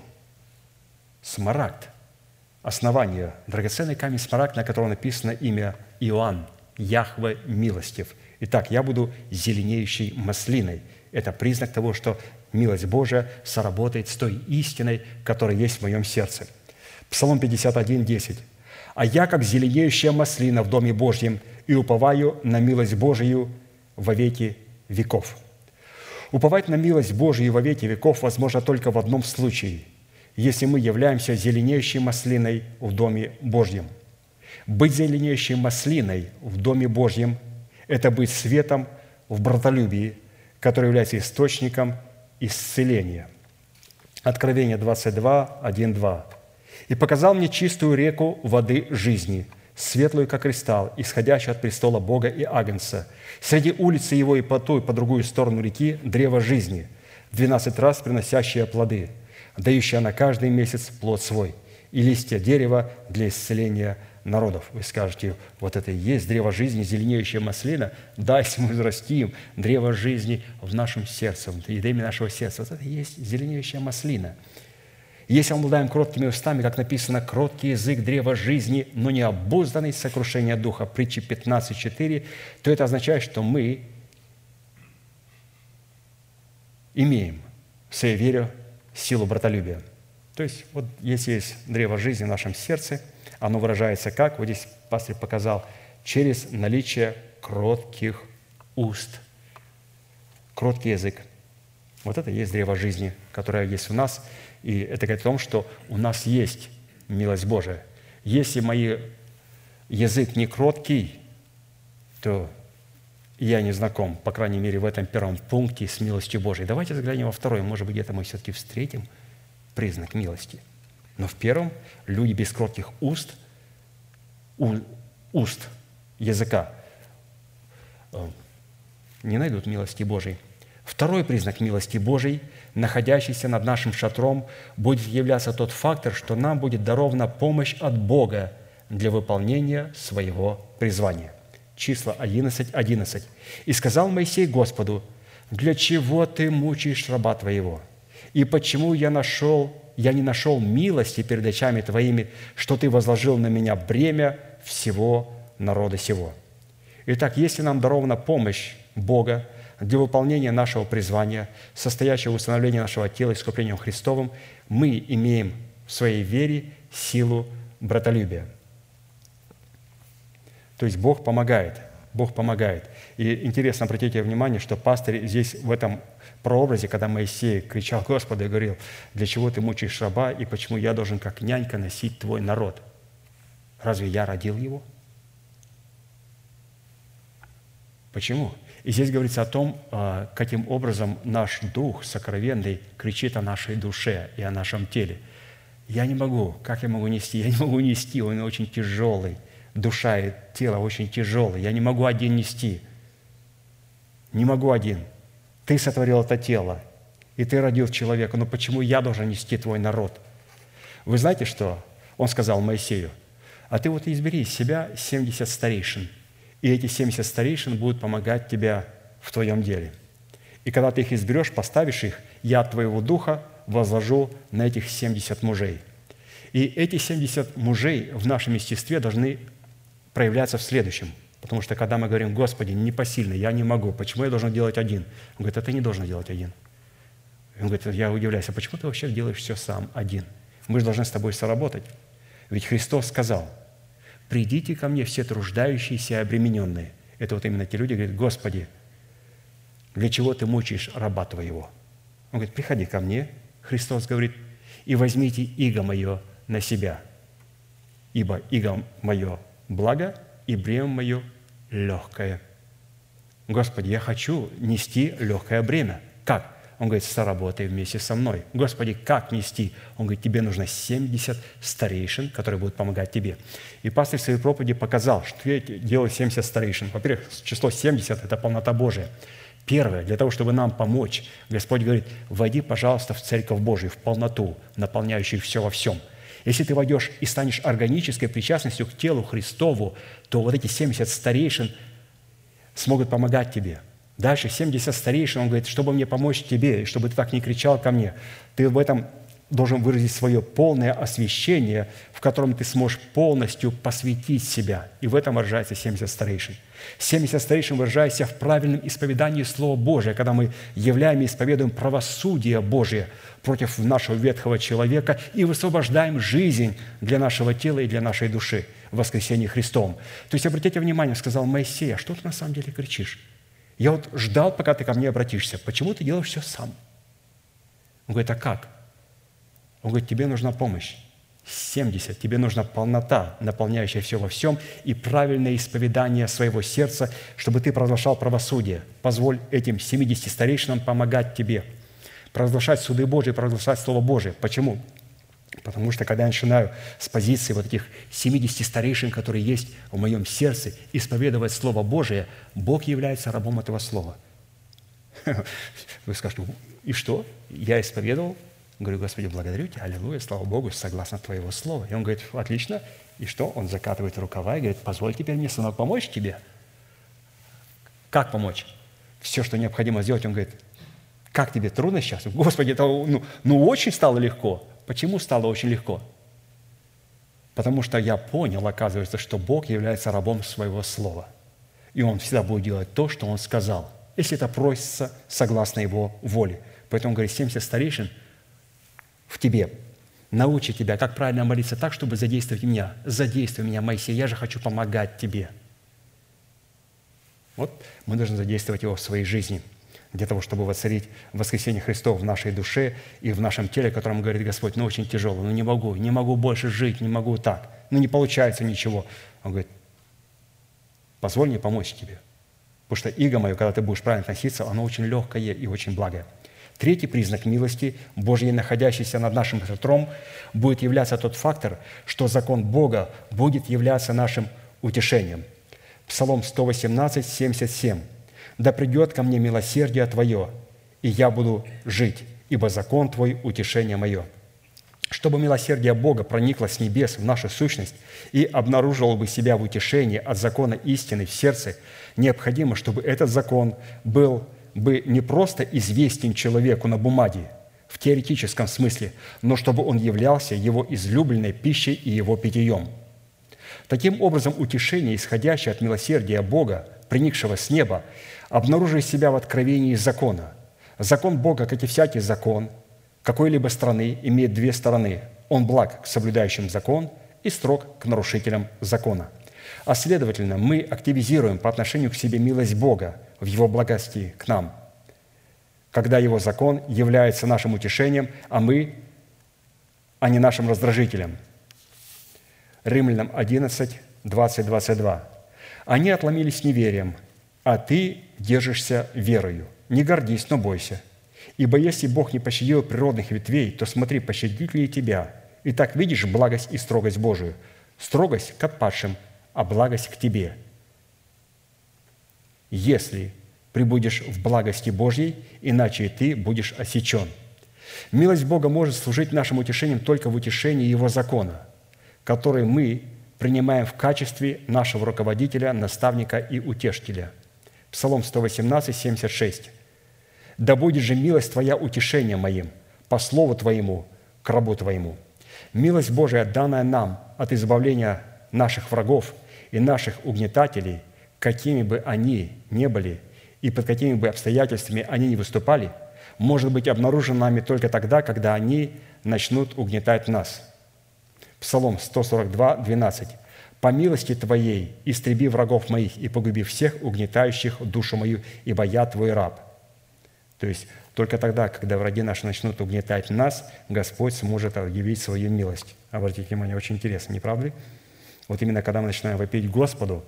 Смарагд – основание, драгоценный камень смарагд, на котором написано имя Иоанн, Яхве милостив. Итак, я буду зеленеющей маслиной. Это признак того, что милость Божия соработает с той истиной, которая есть в моем сердце. Псалом пятьдесят один, десять. «А я, как зеленеющая маслина в Доме Божьем, и уповаю на милость Божию во веки веков». Уповать на милость Божию во веки веков возможно только в одном случае, если мы являемся зеленеющей маслиной в Доме Божьем. Быть зеленеющей маслиной в Доме Божьем – это быть светом в братолюбии, который является источником исцеления. Откровение двадцать два, один, два. «И показал мне чистую реку воды жизни, светлую, как кристалл, исходящую от престола Бога и Агнца. Среди улицы его и по ту, и по другую сторону реки древо жизни, двенадцать раз приносящее плоды, дающее на каждый месяц плод свой, и листья дерева для исцеления народов». Вы скажете, вот это и есть древо жизни, зеленеющая маслина. Да, если мы взрастим древо жизни в нашем сердце, в едеме нашего сердца, вот это и есть зеленеющая маслина. Если мы обладаем кроткими устами, как написано, кроткий язык древа жизни, но не обузданный сокрушение духа, притчи пятнадцать, четыре, то это означает, что мы имеем в своей вере силу братолюбия. То есть, вот если есть древо жизни в нашем сердце, оно выражается как? Вот здесь пастырь показал, через наличие кротких уст. Кроткий язык. Вот это и есть древо жизни, которое есть в нас. И это говорит о том, что у нас есть милость Божия. Если мой язык не кроткий, то я не знаком, по крайней мере, в этом первом пункте с милостью Божией. Давайте заглянем во второй. Может быть, где-то мы все-таки встретим признак милости. Но в первом люди без кротких уст, у, уст языка не найдут милости Божией. Второй признак милости Божией, находящийся над нашим шатром, будет являться тот фактор, что нам будет дарована помощь от Бога для выполнения своего призвания. Числа одиннадцать, одиннадцать. «И сказал Моисей Господу, для чего ты мучаешь раба твоего? И почему я, нашел, я не нашел милости перед очами твоими, что ты возложил на меня бремя всего народа сего?» Итак, если нам дарована помощь Бога для выполнения нашего призвания, состоящего в установлении нашего тела искуплением Христовым, мы имеем в своей вере силу братолюбия. То есть Бог помогает, Бог помогает. И интересно, обратите внимание, что пастырь здесь в этом прообразе, когда Моисей кричал Господу и говорил, для чего ты мучаешь раба, и почему я должен как нянька носить твой народ? Разве я родил его? Почему? И здесь говорится о том, каким образом наш дух сокровенный кричит о нашей душе и о нашем теле. Я не могу, как я могу нести? Я не могу нести, он очень тяжелый. Душа и тело очень тяжелые. Я не могу один нести. Не могу один. Ты сотворил это тело, и ты родил человека. Но почему я должен нести твой народ? Вы знаете, что он сказал Моисею? А ты вот избери из себя семьдесят старейшин, и эти семьдесят старейшин будут помогать тебе в твоем деле. И когда ты их изберешь, поставишь их, я от твоего духа возложу на этих семьдесят мужей». И эти семьдесят мужей в нашем естестве должны проявляться в следующем. Потому что когда мы говорим: «Господи, непосильно, я не могу, почему я должен делать один?» Он говорит: «А ты не должен делать один». Он говорит: «Я удивляюсь, а почему ты вообще делаешь все сам, один? Мы же должны с тобой соработать». Ведь Христос сказал: «Придите ко мне все труждающиеся и обремененные». Это вот именно те люди, говорят: «Господи, для чего ты мучаешь раба твоего?» Он говорит: «Приходи ко мне», Христос говорит, «и возьмите иго мое на себя, ибо иго мое благо, и бремя мое легкое». Господи, я хочу нести легкое бремя. Как? Он говорит: «Соработай вместе со мной». Господи, как нести? Он говорит: «Тебе нужно семьдесят старейшин, которые будут помогать тебе». И пастырь в своей проповеди показал, что я делаю семьдесят старейшин. Во-первых, число семьдесят – это полнота Божия. Первое, для того, чтобы нам помочь, Господь говорит: «Войди, пожалуйста, в Церковь Божию, в полноту, наполняющую все во всем». Если ты войдешь и станешь органической причастностью к телу Христову, то вот эти семьдесят старейшин смогут помогать тебе. Дальше семьдесят старейшин, он говорит: «Чтобы мне помочь тебе, и чтобы ты так не кричал ко мне, ты в этом должен выразить свое полное освящение, в котором ты сможешь полностью посвятить себя». И в этом выражается семьдесят старейшин. семьдесят старейшин выражается в правильном исповедании Слова Божия, когда мы являем и исповедуем правосудие Божие против нашего ветхого человека и высвобождаем жизнь для нашего тела и для нашей души в воскресении Христовом. То есть, обратите внимание, сказал Моисей: «А что ты на самом деле кричишь? Я вот ждал, пока ты ко мне обратишься. Почему ты делаешь все сам?» Он говорит: «А как?» Он говорит: «Тебе нужна помощь. семьдесят. Тебе нужна полнота, наполняющая все во всем, и правильное исповедание своего сердца, чтобы ты провозглашал правосудие. Позволь этим семидесяти старейшинам помогать тебе, провозглашать суды Божии, провозглашать Слово Божие». Почему? Потому что, когда я начинаю с позиции вот этих семидесяти старейшин, которые есть в моем сердце, исповедовать Слово Божие, Бог является рабом этого Слова. Вы скажете: «И что? Я исповедовал?» Говорю: «Господи, благодарю Тебя, аллилуйя, слава Богу, согласно Твоего Слова». И он говорит: «Отлично». И что? Он закатывает рукава и говорит: «Позволь теперь мне, сынок, помочь тебе». Как помочь? Все, что необходимо сделать. Он говорит: «Как тебе трудно сейчас?» Господи, это ну, ну очень стало легко. Почему стало очень легко? Потому что я понял, оказывается, что Бог является рабом своего слова. И Он всегда будет делать то, что Он сказал, если это просится согласно Его воле. Поэтому, говорит, семьдесят старейшин в тебе научат тебя, как правильно молиться так, чтобы задействовать меня. Задействуй меня, Моисей, я же хочу помогать тебе. Вот мы должны задействовать Его в своей жизни, для того, чтобы воцарить воскресение Христова в нашей душе и в нашем теле, которому говорит Господь: «Ну, очень тяжело, ну, не могу, не могу больше жить, не могу так, ну, не получается ничего». Он говорит: «Позволь мне помочь тебе, потому что иго мое, когда ты будешь правильно относиться, оно очень легкое и очень благое». Третий признак милости Божьей, находящейся над нашим шатром, будет являться тот фактор, что закон Бога будет являться нашим утешением. Псалом сто восемнадцать, семьдесят семь. «Да придет ко мне милосердие Твое, и я буду жить, ибо закон Твой – утешение мое». Чтобы милосердие Бога проникло с небес в нашу сущность и обнаружило бы себя в утешении от закона истины в сердце, необходимо, чтобы этот закон был бы не просто известен человеку на бумаге, в теоретическом смысле, но чтобы он являлся его излюбленной пищей и его питьем. Таким образом, утешение, исходящее от милосердия Бога, приникшего с неба, обнаруживает себя в откровении закона. Закон Бога, как и всякий закон какой-либо страны, имеет две стороны. Он благ к соблюдающим закон и строг к нарушителям закона. А следовательно, мы активизируем по отношению к себе милость Бога в Его благости к нам, когда Его закон является нашим утешением, а мы, а не нашим раздражителем. Римлянам одиннадцать, двадцать, двадцать два. «Они отломились неверием, а ты держишься верою. Не гордись, но бойся. Ибо если Бог не пощадил природных ветвей, то смотри, пощадит ли и тебя. Итак, видишь благость и строгость Божию. Строгость к отпадшим, а благость к тебе. Если пребудешь в благости Божьей, иначе и ты будешь осечен». Милость Бога может служить нашим утешением только в утешении Его закона, который мы принимаем в качестве нашего руководителя, наставника и утешителя. Псалом сто восемнадцать, семьдесят шесть. Да будет же милость Твоя утешением моим, по слову Твоему, к рабу Твоему. Милость Божия, данная нам от избавления наших врагов и наших угнетателей, какими бы они ни были и под какими бы обстоятельствами они ни выступали, может быть обнаружена нами только тогда, когда они начнут угнетать нас. Псалом сто сорок два, двенадцать. «По милости Твоей истреби врагов моих и погуби всех угнетающих душу мою, ибо я Твой раб». То есть только тогда, когда враги наши начнут угнетать нас, Господь сможет объявить свою милость. Обратите внимание, очень интересно, не правда ли? Вот именно когда мы начинаем вопить Господу,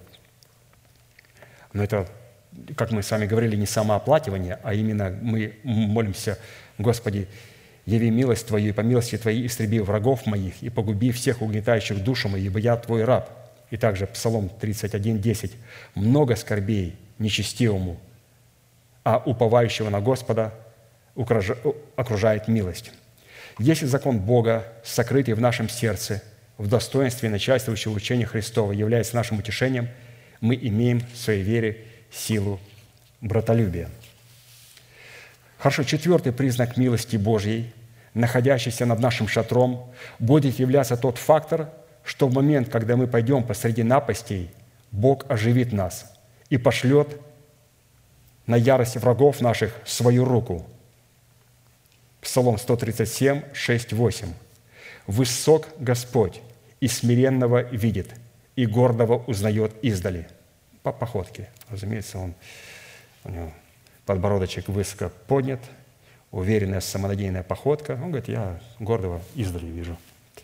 но это, как мы с вами говорили, не самооплакивание, а именно мы молимся: «Господи, яви милость Твою, и по милости Твоей истреби врагов моих, и погуби всех угнетающих душу мою, ибо я Твой раб». И также Псалом тридцать один, десять. «Много скорбей нечестивому, а уповающего на Господа окружает милость». Если закон Бога, сокрытый в нашем сердце, в достоинстве начальствующего учения Христова, является нашим утешением, мы имеем в своей вере силу братолюбия. Хорошо, четвертый признак милости Божьей, находящийся над нашим шатром, будет являться тот фактор, что в момент, когда мы пойдем посреди напастей, Бог оживит нас и пошлет на ярость врагов наших свою руку. Псалом сто тридцать семь, шесть, восемь. «Высок Господь, и смиренного видит, и гордого узнает издали». По походке, разумеется, он, у него подбородочек высоко поднят, уверенная, самонадеянная походка. Он говорит: я гордого издали вижу.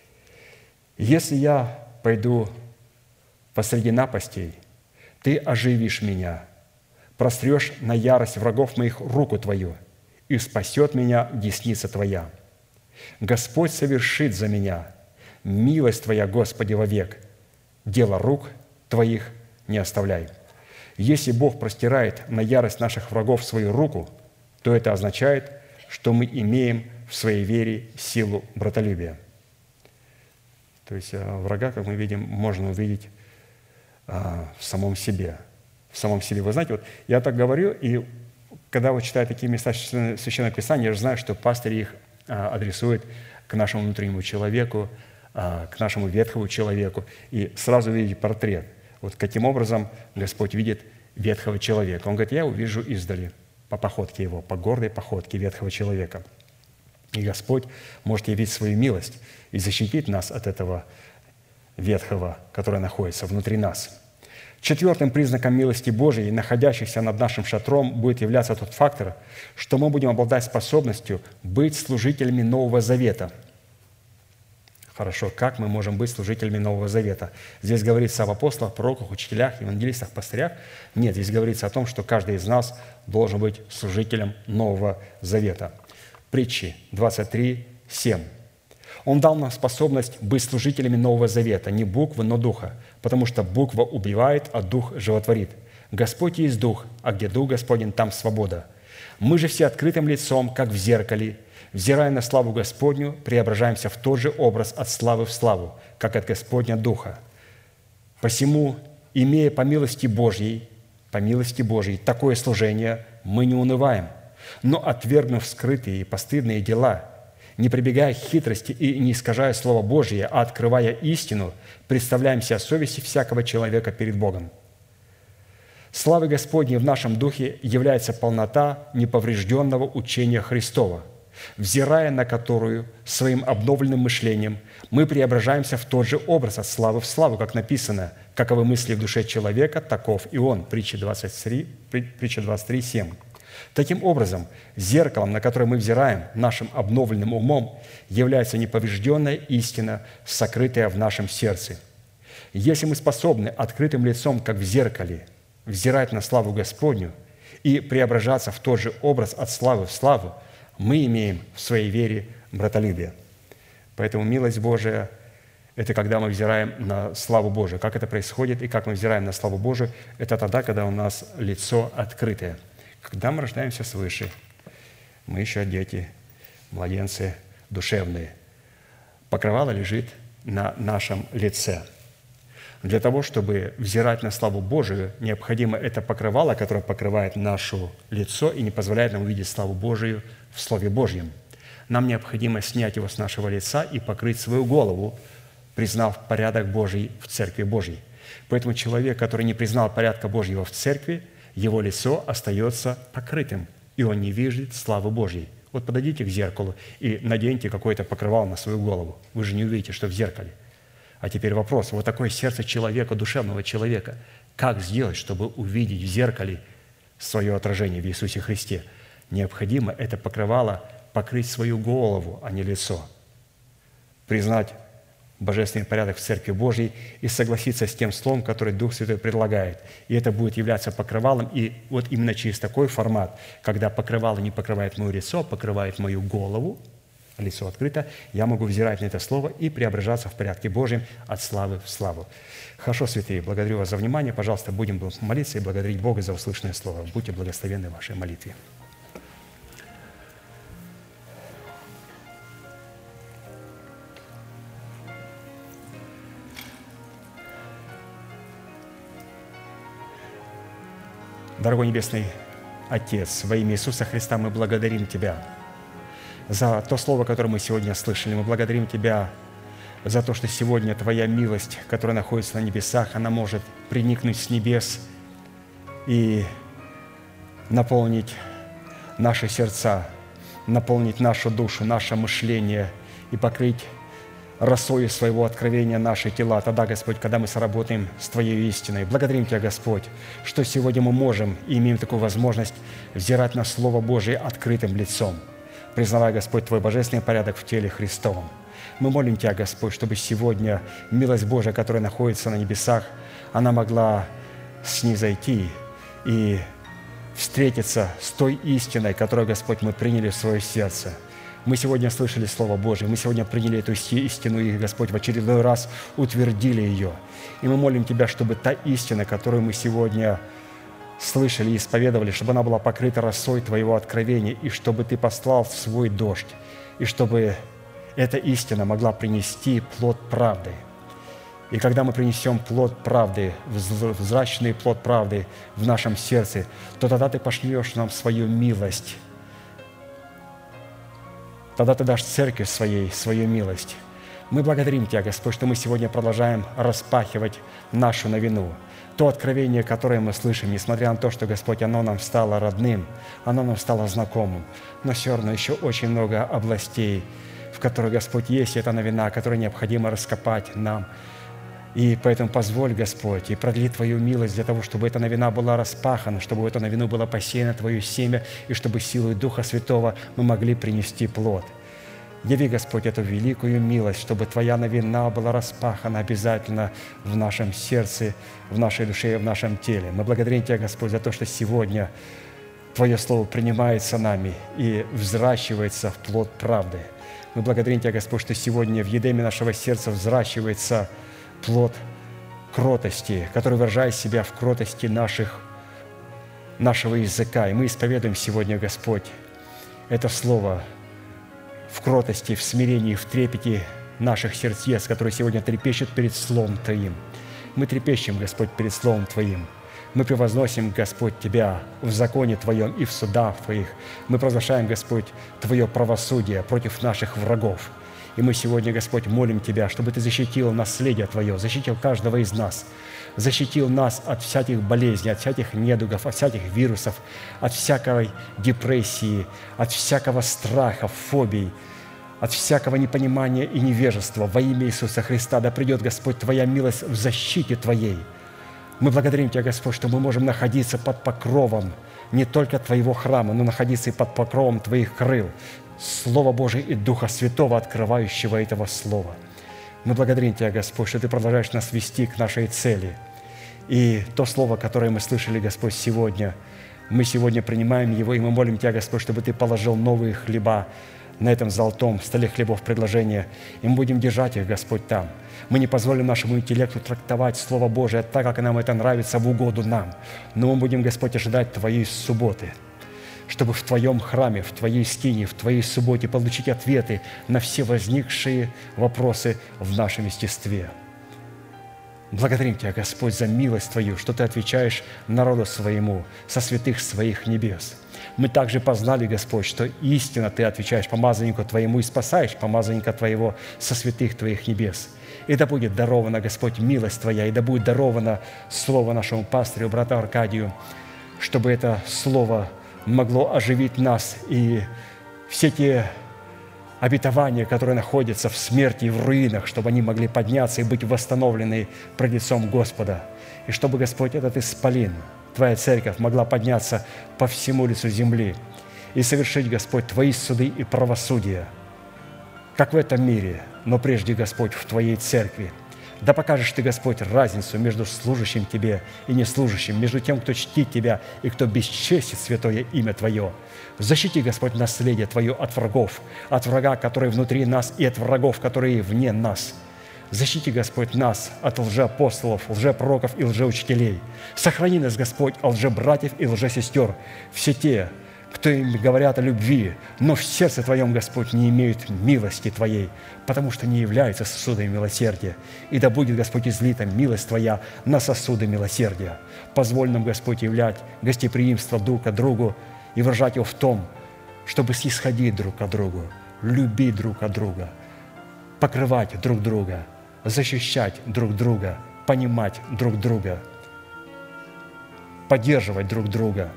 «Если я пойду посреди напастей, Ты оживишь меня, прострешь на ярость врагов моих руку Твою, и спасет меня десница Твоя. Господь совершит за меня, милость Твоя, Господи, вовек, дело рук Твоих не оставляй». Если Бог простирает на ярость наших врагов свою руку, то это означает, что мы имеем в своей вере силу братолюбия. То есть врага, как мы видим, можно увидеть в самом себе. В самом себе. Вы знаете, вот я так говорю, и когда вот читаю такие места Священного Писания, я же знаю, что пастырь их адресует к нашему внутреннему человеку, к нашему ветхому человеку, и сразу видите портрет. Вот каким образом Господь видит ветхого человека. Он говорит: я увижу издали, по походке его, по гордой походке ветхого человека. И Господь может явить свою милость и защитить нас от этого ветхого, который находится внутри нас. Четвертым признаком милости Божией, находящихся над нашим шатром, будет являться тот фактор, что мы будем обладать способностью быть служителями Нового Завета. Хорошо, как мы можем быть служителями Нового Завета? Здесь говорится об апостолах, пророках, учителях, евангелистах, пастырях. Нет, здесь говорится о том, что каждый из нас должен быть служителем Нового Завета. Притчи двадцать три, семь. «Он дал нам способность быть служителями Нового Завета, не буквы, но духа, потому что буква убивает, а дух животворит. Господь есть дух, а где дух Господень, там свобода. Мы же все открытым лицом, как в зеркале, взирая на славу Господню, преображаемся в тот же образ от славы в славу, как от Господня Духа. Посему, имея по милости Божьей, по милости Божьей такое служение, мы не унываем, но, отвергнув скрытые и постыдные дела, не прибегая к хитрости и не искажая Слово Божье, а открывая истину, представляем себя совести всякого человека перед Богом. Славой Господней в нашем духе является полнота неповрежденного учения Христова, взирая на которую своим обновленным мышлением мы преображаемся в тот же образ от славы в славу, как написано: «Каковы мысли в душе человека, таков и он». Притча двадцать три, притча двадцать три, семь. Таким образом, зеркалом, на которое мы взираем нашим обновленным умом, является неповрежденная истина, сокрытая в нашем сердце. Если мы способны открытым лицом, как в зеркале, взирать на славу Господню и преображаться в тот же образ от славы в славу, мы имеем в своей вере братолюбие. Поэтому милость Божия – это когда мы взираем на славу Божию. Как это происходит и как мы взираем на славу Божию – это тогда, когда у нас лицо открытое. Когда мы рождаемся свыше, мы еще дети, младенцы душевные. Покрывало лежит на нашем лице. Для того, чтобы взирать на славу Божию, необходимо это покрывало, которое покрывает наше лицо и не позволяет нам увидеть славу Божию в Слове Божьем. Нам необходимо снять его с нашего лица и покрыть свою голову, признав порядок Божий в Церкви Божьей. Поэтому человек, который не признал порядка Божьего в Церкви, его лицо остается покрытым, и он не видит славы Божьей. Вот подойдите к зеркалу и наденьте какое-то покрывало на свою голову. Вы же не увидите, что в зеркале. А теперь вопрос. Вот такое сердце человека, душевного человека, как сделать, чтобы увидеть в зеркале свое отражение в Иисусе Христе? Необходимо это покрывало покрыть свою голову, а не лицо. Признать божественный порядок в Церкви Божьей и согласиться с тем словом, которое Дух Святой предлагает. И это будет являться покрывалом. И вот именно через такой формат, когда покрывало не покрывает мое лицо, а покрывает мою голову, лицо открыто, я могу взирать на это слово и преображаться в порядке Божьем от славы в славу. Хорошо, святые, благодарю вас за внимание. Пожалуйста, будем молиться и благодарить Бога за услышанное слово. Будьте благословенны в вашей молитве. Дорогой Небесный Отец, во имя Иисуса Христа мы благодарим Тебя за то слово, которое мы сегодня слышали. Мы благодарим Тебя за то, что сегодня Твоя милость, которая находится на небесах, она может приникнуть с небес и наполнить наши сердца, наполнить нашу душу, наше мышление и покрыть росою своего откровения наши тела, тогда, Господь, когда мы соработаем с Твоей истиной. Благодарим Тебя, Господь, что сегодня мы можем и имеем такую возможность взирать на Слово Божие открытым лицом, признавая, Господь, Твой божественный порядок в теле Христовом. Мы молим Тебя, Господь, чтобы сегодня милость Божия, которая находится на небесах, она могла снизойти и встретиться с той истиной, которую, Господь, мы приняли в свое сердце. Мы сегодня слышали Слово Божие, мы сегодня приняли эту истину, и, Господь, в очередной раз утвердили ее. И мы молим Тебя, чтобы та истина, которую мы сегодня слышали и исповедовали, чтобы она была покрыта росой Твоего откровения, и чтобы Ты послал свой дождь, и чтобы эта истина могла принести плод правды. И когда мы принесем плод правды, взрачный плод правды в нашем сердце, то тогда Ты пошлешь нам свою милость. Тогда Ты дашь церкви своей свою милость. Мы благодарим Тебя, Господь, что мы сегодня продолжаем распахивать нашу новину. То откровение, которое мы слышим, несмотря на то, что, Господь, оно нам стало родным, оно нам стало знакомым, но все равно еще очень много областей, в которых, Господь, есть эта новина, которую необходимо раскопать нам. И поэтому позволь, Господь, и продли Твою милость для того, чтобы эта новина была распахана, чтобы в эту новину было посеяно Твое семя, и чтобы силой Духа Святого мы могли принести плод. Яви, Господь, эту великую милость, чтобы Твоя новина была распахана обязательно в нашем сердце, в нашей душе и в нашем теле. Мы благодарим Тебя, Господь, за то, что сегодня Твое Слово принимается нами и взращивается в плод правды. Мы благодарим Тебя, Господь, что сегодня в едеме нашего сердца взращивается плод кротости, который выражает себя в кротости наших, нашего языка. И мы исповедуем сегодня, Господь, это слово в кротости, в смирении, в трепете наших сердец, которые сегодня трепещут перед Словом Твоим. Мы трепещем, Господь, перед Словом Твоим. Мы превозносим, Господь, Тебя в законе Твоем и в судах Твоих. Мы провозглашаем, Господь, Твое правосудие против наших врагов. И мы сегодня, Господь, молим Тебя, чтобы Ты защитил наследие Твое, защитил каждого из нас, защитил нас от всяких болезней, от всяких недугов, от всяких вирусов, от всякой депрессии, от всякого страха, фобий, от всякого непонимания и невежества. Во имя Иисуса Христа да придет, Господь, Твоя милость в защите Твоей. Мы благодарим Тебя, Господь, что мы можем находиться под покровом не только Твоего храма, но находиться и под покровом Твоих крыл, Слова Божие и Духа Святого, открывающего этого Слова. Мы благодарим Тебя, Господь, что Ты продолжаешь нас вести к нашей цели. И то Слово, которое мы слышали, Господь, сегодня, мы сегодня принимаем его, и мы молим Тебя, Господь, чтобы Ты положил новые хлеба на этом золотом столе хлебов предложения, и мы будем держать их, Господь, там. Мы не позволим нашему интеллекту трактовать Слово Божие так, как нам это нравится, в угоду нам. Но мы будем, Господь, ожидать Твоей субботы, чтобы в Твоем храме, в Твоей скинии, в Твоей субботе получить ответы на все возникшие вопросы в нашем естестве. Благодарим Тебя, Господь, за милость Твою, что Ты отвечаешь народу своему со святых Своих небес. Мы также познали, Господь, что истинно Ты отвечаешь помазаннику Твоему и спасаешь помазанника Твоего со святых Твоих небес. И да будет дарована, Господь, милость Твоя, и да будет даровано слово нашему пастырю, брату Аркадию, чтобы это слово могло оживить нас, и все те обетования, которые находятся в смерти и в руинах, чтобы они могли подняться и быть восстановлены пред лицом Господа. И чтобы, Господь, этот исполин, Твоя церковь, могла подняться по всему лицу земли и совершить, Господь, Твои суды и правосудия, как в этом мире, но прежде, Господь, в Твоей церкви. Да покажешь Ты, Господь, разницу между служащим Тебе и неслужащим, между тем, кто чтит Тебя и кто бесчестит святое имя Твое. Защити, Господь, наследие Твое от врагов, от врага, который внутри нас, и от врагов, которые вне нас. Защити, Господь, нас от лжеапостолов, лжепророков и лжеучителей. Сохрани нас, Господь, от лжебратьев и лжесестер. Все те, кто им говорят о любви, но в сердце Твоем, Господь, не имеют милости Твоей, потому что не являются сосудами милосердия. И да будет, Господь, излита милость Твоя на сосуды милосердия. Позволь нам, Господь, являть гостеприимство друг к другу и выражать его в том, чтобы снисходить друг к другу, любить друг от друга, покрывать друг друга, защищать друг друга, понимать друг друга, поддерживать друг друга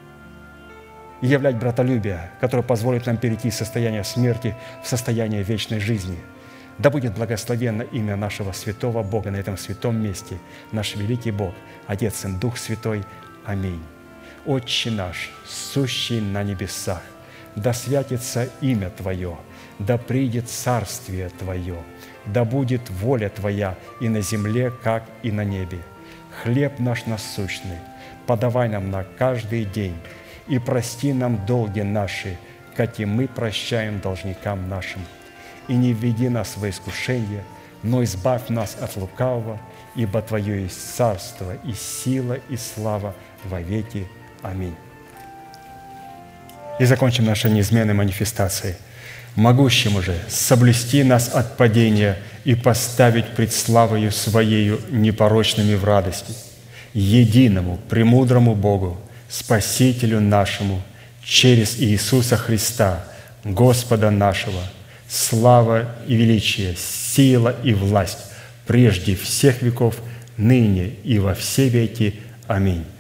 и являть братолюбие, которое позволит нам перейти из состояния смерти в состояние вечной жизни. Да будет благословенно имя нашего святого Бога на этом святом месте, наш великий Бог, Отец и Дух Святой. Аминь. Отче наш, сущий на небесах, да святится имя Твое, да придет царствие Твое, да будет воля Твоя и на земле, как и на небе. Хлеб наш насущный подавай нам на каждый день, и прости нам долги наши, как и мы прощаем должникам нашим. И не введи нас во искушение, но избавь нас от лукавого, ибо Твое есть царство, и сила, и слава во веки. Аминь. И закончим нашей неизменной манифестацией. Могущему же соблюсти нас от падения и поставить пред славою Своею непорочными в радости, единому, премудрому Богу, Спасителю нашему, через Иисуса Христа, Господа нашего, слава и величие, сила и власть прежде всех веков, ныне и во все веки. Аминь.